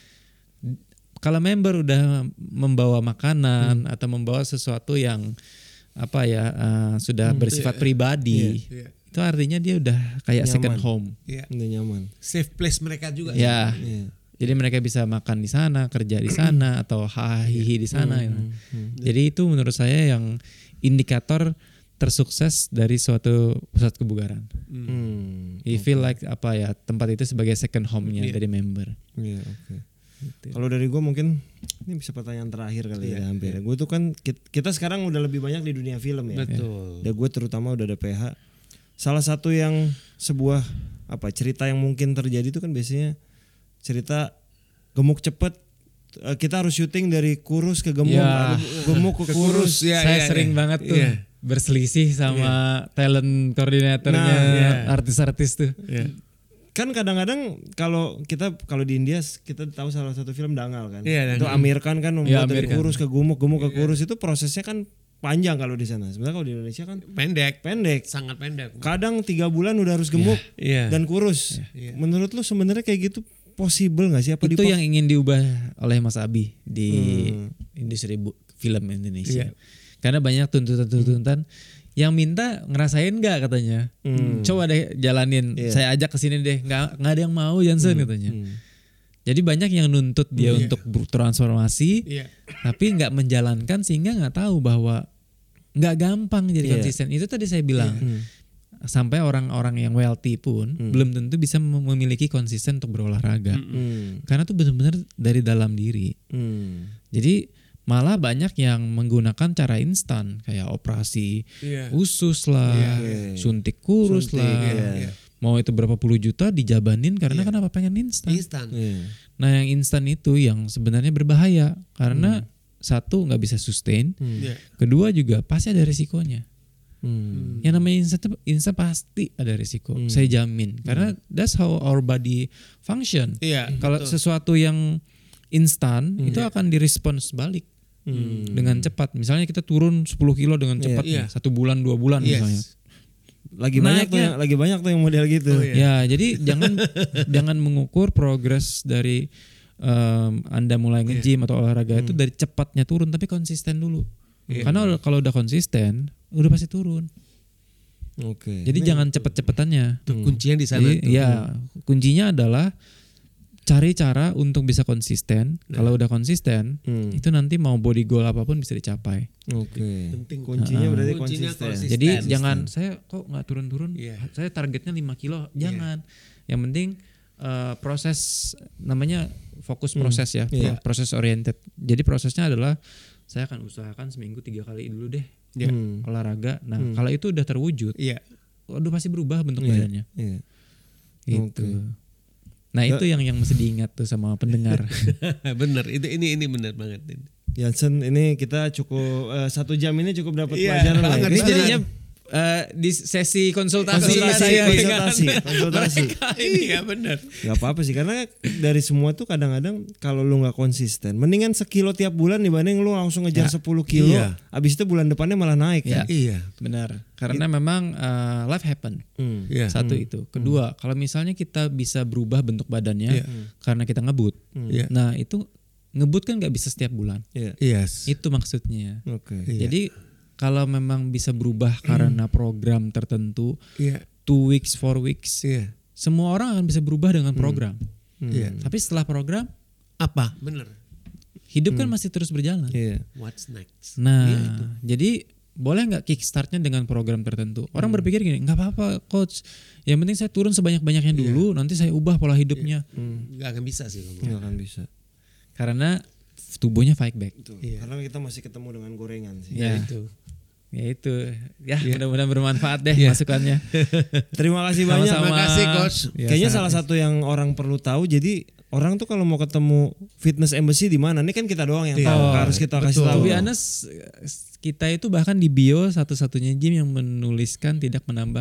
Kalau member udah membawa makanan hmm. atau membawa sesuatu yang apa ya uh, sudah hmm. bersifat yeah. pribadi, yeah. Yeah. itu artinya dia udah kayak nyaman. Second home. Yeah. Udah nyaman. Safe place mereka juga. Ya. Yeah. Jadi mereka bisa makan di sana, kerja di sana, atau hahihi di sana. Hmm, ya. hmm, hmm. Jadi itu menurut saya yang indikator tersukses dari suatu pusat kebugaran. Hmm. You feel like apa ya, tempat itu sebagai second home-nya Yeah. dari member. Iya, oke. Gitu. Kalau dari gue mungkin ini bisa pertanyaan terakhir kali Iya, ya hampir. iya. Gue tuh kan kit- kita sekarang udah lebih banyak di dunia film ya. Betul. Dan gue terutama udah ada P H. Salah satu yang sebuah apa cerita yang mungkin terjadi itu kan biasanya cerita gemuk cepet. Eh, Kita harus syuting dari kurus ke gemuk, Ya. lalu gemuk ke Ke kurus. kurus, ya, Saya ya, sering ya. banget tuh Iya. berselisih sama talent koordinatornya Nah, iya. artis-artis tuh. Iya. Kan kadang-kadang kalau kita kalau di India kita tahu salah satu film Dangal kan. Iya, Itu Dangal. Amir Khan kan Iya, membuat dari Amir Khan. kurus ke gemuk, gemuk ke kurus itu prosesnya kan panjang kalau di sana. Sebenarnya kalau di Indonesia kan Pendek, pendek. sangat pendek. Kadang tiga bulan udah harus gemuk Iya. dan kurus. Iya. Menurut lu sebenarnya kayak gitu possible nggak sih? Apa Itu dipak- yang ingin diubah oleh Mas Abi di Hmm. industri bu- film Indonesia. Iya. Karena banyak tuntutan-tuntutan yang minta ngerasain nggak katanya. Hmm. Coba deh jalanin. Iya. Saya ajak ke sini deh. Nggak nggak ada yang mau Johnson katanya. Hmm. Jadi banyak yang nuntut dia Iya. untuk bertransformasi, Iya. tapi nggak menjalankan sehingga nggak tahu bahwa nggak gampang jadi Iya. konsisten. Itu tadi saya bilang. Hmm. Sampai orang-orang yang wealthy pun Hmm. belum tentu bisa mem- memiliki konsisten untuk berolahraga. Hmm. Karena itu benar-benar dari dalam diri. Hmm. Jadi malah banyak yang menggunakan cara instan kayak operasi Iya. usus lah, Iya. suntik kurus Suntik, lah. iya. Mau itu berapa puluh juta dijabanin karena Iya. kenapa pengen instan. Instan. Iya. Nah, yang instan itu yang sebenarnya berbahaya karena satu nggak bisa sustain, Hmm. Iya. kedua juga pasti ada risikonya. Hmm. Yang namanya instan, tuh- instan pasti ada risiko, Hmm. saya jamin. Karena that's how our body function. Iya. Kalau betul. sesuatu yang instan itu akan direspons balik Hmm. dengan cepat. Misalnya kita turun sepuluh kilo dengan cepat, Iya. nih, satu bulan dua bulan Yes. misalnya. Lagi banyak tuh Naiknya- yang lagi banyak tuh yang model gitu. Oh, iya. Ya, jadi jangan jangan mengukur progres dari em, Anda mulai nge-gym atau olahraga itu dari cepatnya turun, tapi konsisten dulu. Iya. Karena kalau udah konsisten, udah pasti turun. Oke. Jadi jangan cepet-cepetannya. Tuh, kuncinya di sana Jadi, tuh. ya, kuncinya adalah cari cara untuk bisa konsisten. Kalau udah konsisten, Hmm. itu nanti mau body goal apapun bisa dicapai. Oke. Penting. Kuncinya Ah. berarti Kuncinya konsisten. konsisten. Jadi Konsisten. jangan saya kok nggak turun-turun. Iya. Saya targetnya lima kilo. Jangan. Yang penting eh, proses namanya fokus proses ya, Iya. pro- proses oriented. Jadi prosesnya adalah saya akan usahakan seminggu tiga kali dulu deh Iya. Hmm. olahraga. Nah kalau itu udah terwujud, Iya. udah pasti berubah bentuk Iya. badannya. Iya. Gitu. Oke. Nah itu yang yang mesti diingat tuh sama pendengar. Bener. Itu ini ini bener banget. Jansen, ini kita cukup eh, satu jam ini cukup dapat Iya, pelajaran lah. banget. Ini Kita- jadinya eh, di sesi konsultasi, konsultasi, saya konsultasi, konsultasi. Iya bener. Gak apa-apa sih, karena dari semua tuh kadang-kadang kalau lu nggak konsisten, mendingan sekilo tiap bulan dibanding lu langsung ngejar sepuluh kilo, Iya. abis itu bulan depannya malah naik. Ya. Kan? Iya. benar. Karena memang eh, life happen. Hmm. Iya. Satu itu. Kedua, kalau misalnya kita bisa berubah bentuk badannya Iya. karena kita ngebut. Iya. Nah itu ngebut kan nggak bisa setiap bulan. Iya. Yes. Itu maksudnya. Oke. Iya. Jadi kalau memang bisa berubah karena program tertentu, Iya. two weeks, four weeks, Iya. semua orang akan bisa berubah dengan program. Iya. Tapi setelah program, Apa? Bener. hidup kan masih terus berjalan. Iya. What's next? Nah, Iya, itu. jadi boleh nggak kickstartnya dengan program tertentu? Orang berpikir gini, nggak apa-apa coach. Yang penting saya turun sebanyak-banyaknya dulu, nanti saya ubah pola hidupnya. Gak akan bisa sih kamu. Nggak akan bisa. Karena tubuhnya fight back. Tuh. Iya. Karena kita masih ketemu dengan gorengan sih. Ya, Itu. ya itu. Ya, mudah-mudahan bermanfaat deh masukannya. Terima kasih banyak. Sama-sama. Terima kasih, Coach. Ya, Kayaknya sangat- salah satu yang orang perlu tahu. Jadi orang tuh kalau mau ketemu fitness embassy di mana? Ini kan kita doang yang Iya. tahu. Oh, Harus kita kasih betul. tahu. To be honest, kita itu bahkan di bio satu-satunya gym yang menuliskan tidak menambah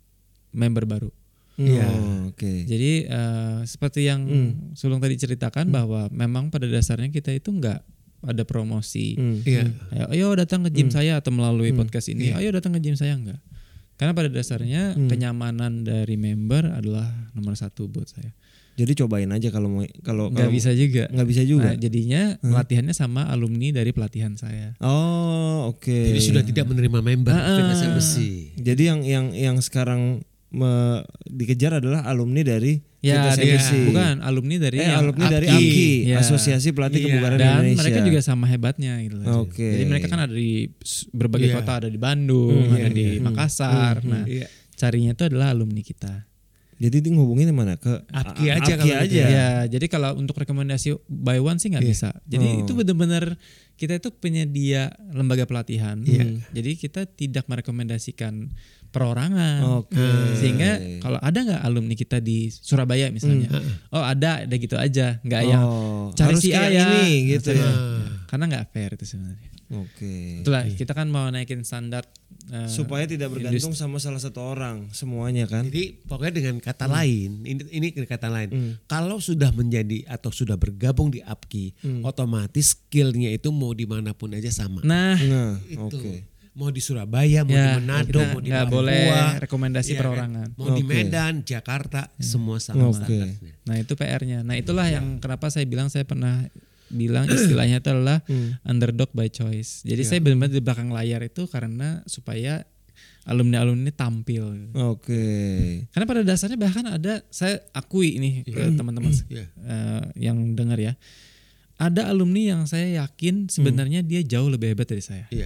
member baru. Iya. Iya. Oke. Jadi eh, seperti yang Sulung tadi ceritakan bahwa memang pada dasarnya kita itu nggak ada promosi. Hmm. Iya. Kayak, ayo datang ke gym saya atau melalui podcast ini, ayo datang ke gym saya enggak. Karena pada dasarnya kenyamanan dari member adalah nomor satu buat saya. Jadi cobain aja kalau mau kalau Nggak kalau- bisa juga. nggak bisa juga. Nah, jadinya pelatihannya sama alumni dari pelatihan saya. Oh, oke. Jadi sudah tidak menerima member Ah, ah. fitness embassy. Jadi yang yang yang sekarang me, dikejar adalah alumni dari Ya, dia, dia, bukan alumni dari eh, yang alumni A P K I. dari A P K I, ya. Asosiasi Pelatih Iya. Kebugaran Dan Indonesia. mereka juga sama hebatnya gitu. Oke. Jadi mereka kan ada di berbagai Iya. kota, ada di Bandung, Hmm, ada iya, di iya. Makassar. Hmm, Nah, iya. carinya itu adalah alumni kita. Jadi dia ngubungin mana ke A P K I aja A P K I kalau aja. gitu Ya, jadi kalau untuk rekomendasi by one sih nggak Iya. bisa. Jadi Oh. itu benar-benar kita itu penyedia lembaga pelatihan. Iya. Jadi kita tidak merekomendasikan perorangan. Oke. Sehingga kalau ada nggak alumni kita di Surabaya misalnya, oh ada, ada gitu aja, nggak yang Oh, cari harus si A kayak ya, ini gitu ya. karena nggak fair itu sebenarnya. Oke. Itulah kita kan mau naikin standar eh, Supaya tidak bergantung sama salah satu orang semuanya kan. Jadi pokoknya dengan kata lain, ini ini dengan kata lain, Hmm. kalau sudah menjadi atau sudah bergabung di A P K I, otomatis skillnya itu mau dimanapun aja sama. Nah, Nah, Itu. oke. Mau di Surabaya, mau ya, di Manado, kita mau di nggak Papua, boleh rekomendasi iya kan? perorangan. Mau di Oke. Medan, Jakarta, semua sama Oke. standarnya. Nah itu P R-nya. Nah itulah yang kenapa saya bilang saya pernah bilang istilahnya itu adalah underdog by choice. Jadi saya benar-benar di belakang layar itu karena supaya alumni-alumni ini tampil. Oke. Karena pada dasarnya bahkan ada, saya akui ini ke teman-teman Iya. eh, yang dengar ya, ada alumni yang saya yakin sebenarnya dia jauh lebih hebat dari saya. Iya.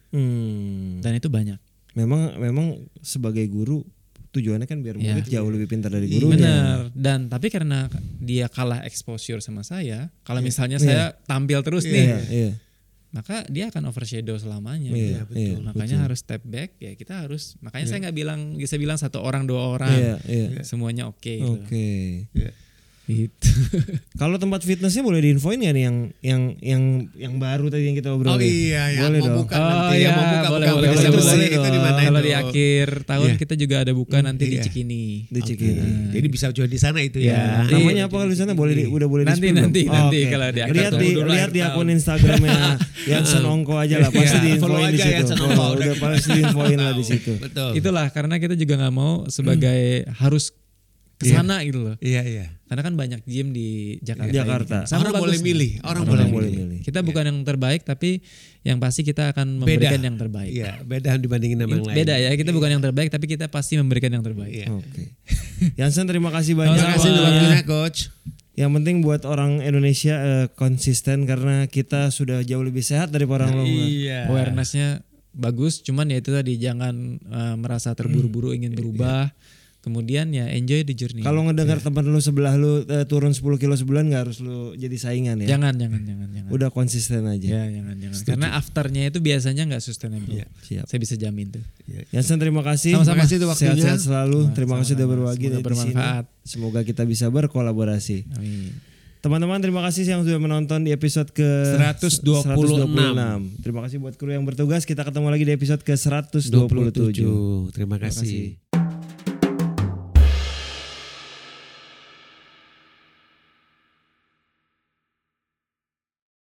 Hmm. Dan itu banyak. Memang memang sebagai guru tujuannya kan biar Ya. murid jauh lebih pintar dari Benar. gurunya. Dan tapi karena dia kalah exposure sama saya, kalau misalnya Iya. saya tampil terus nih, Iya, iya. maka dia akan overshadow selamanya. Iya, gitu. iya, Makanya harus step back ya, kita harus, makanya saya nggak bilang bisa bilang satu orang dua orang Iya, iya. semuanya oke gitu. Oke. Iya. Gitu. Kalau tempat fitnessnya boleh diinfoin nggak nih yang yang yang yang baru tadi yang kita Oh obrolin? iya, yang Boleh mau dong. buka Oh nanti, iya, yang mau buka boleh, buka boleh, buka boleh, itu boleh. itu di mana Kalau itu? di akhir tahun Iya. kita juga ada buka nanti di iya. Cikini. Di Cikini. Nah, jadi bisa jual di sana itu Iya, ya. nanti- Namanya apa kalau di sana boleh di, udah boleh Nanti, di-spill belum? nanti, Oh, nanti oke. kalau di akhir lihat tahun. di Dulu lihat akhir di tahun. akun Instagramnya Yansen Ongko aja lah pasti Iya, diinfoin follow di aja situ. Yansen Oh, Ongko, udah udah. pasti diinfoin lah di situ. Betul. Itulah karena kita juga nggak mau sebagai harus kesana gitu loh. Iya, iya. Karena kan banyak gym di Jakarta. Di Jakarta. ini kan. Sama Orang bagus boleh nih. milih, orang Orang boleh boleh milih. milih. Kita bukan yang terbaik tapi yang pasti kita akan memberikan yang terbaik. Iya, beda dibandingin sama yang lain. Beda ya, kita bukan yang terbaik tapi kita pasti memberikan yang terbaik. Iya. Oke. Yansen terima kasih banyak. Terima kasih untuk waktunya. waktunya coach. Yang penting buat orang Indonesia eh, konsisten karena kita sudah jauh lebih sehat dari orang luar. Iya. Awareness-nya bagus, cuman ya itu tadi jangan eh, merasa terburu-buru ingin berubah. Kemudian ya enjoy the journey. Kalau ngedengar teman lu sebelah lu eh, turun sepuluh kilo sebulan nggak harus lu jadi saingan ya. jangan jangan jangan jangan. Udah konsisten aja. Ya jangan jangan. Karena afternya itu biasanya nggak sustainable. Iya, siap. Saya bisa jamin tuh. Yansen terima kasih. Sama-sama. Terima kasih untuk waktunya. Sehat-sehat selalu. Terima kasih sudah Sama-sama. berbagi Semoga di sini. bermanfaat. Semoga kita bisa berkolaborasi. Amin. Teman-teman terima kasih yang sudah menonton di episode ke seratus dua puluh seratus dua puluh enam. Terima kasih buat kru yang bertugas. Kita ketemu lagi di episode ke seratus dua puluh tujuh. Terima Terima kasih. kasih.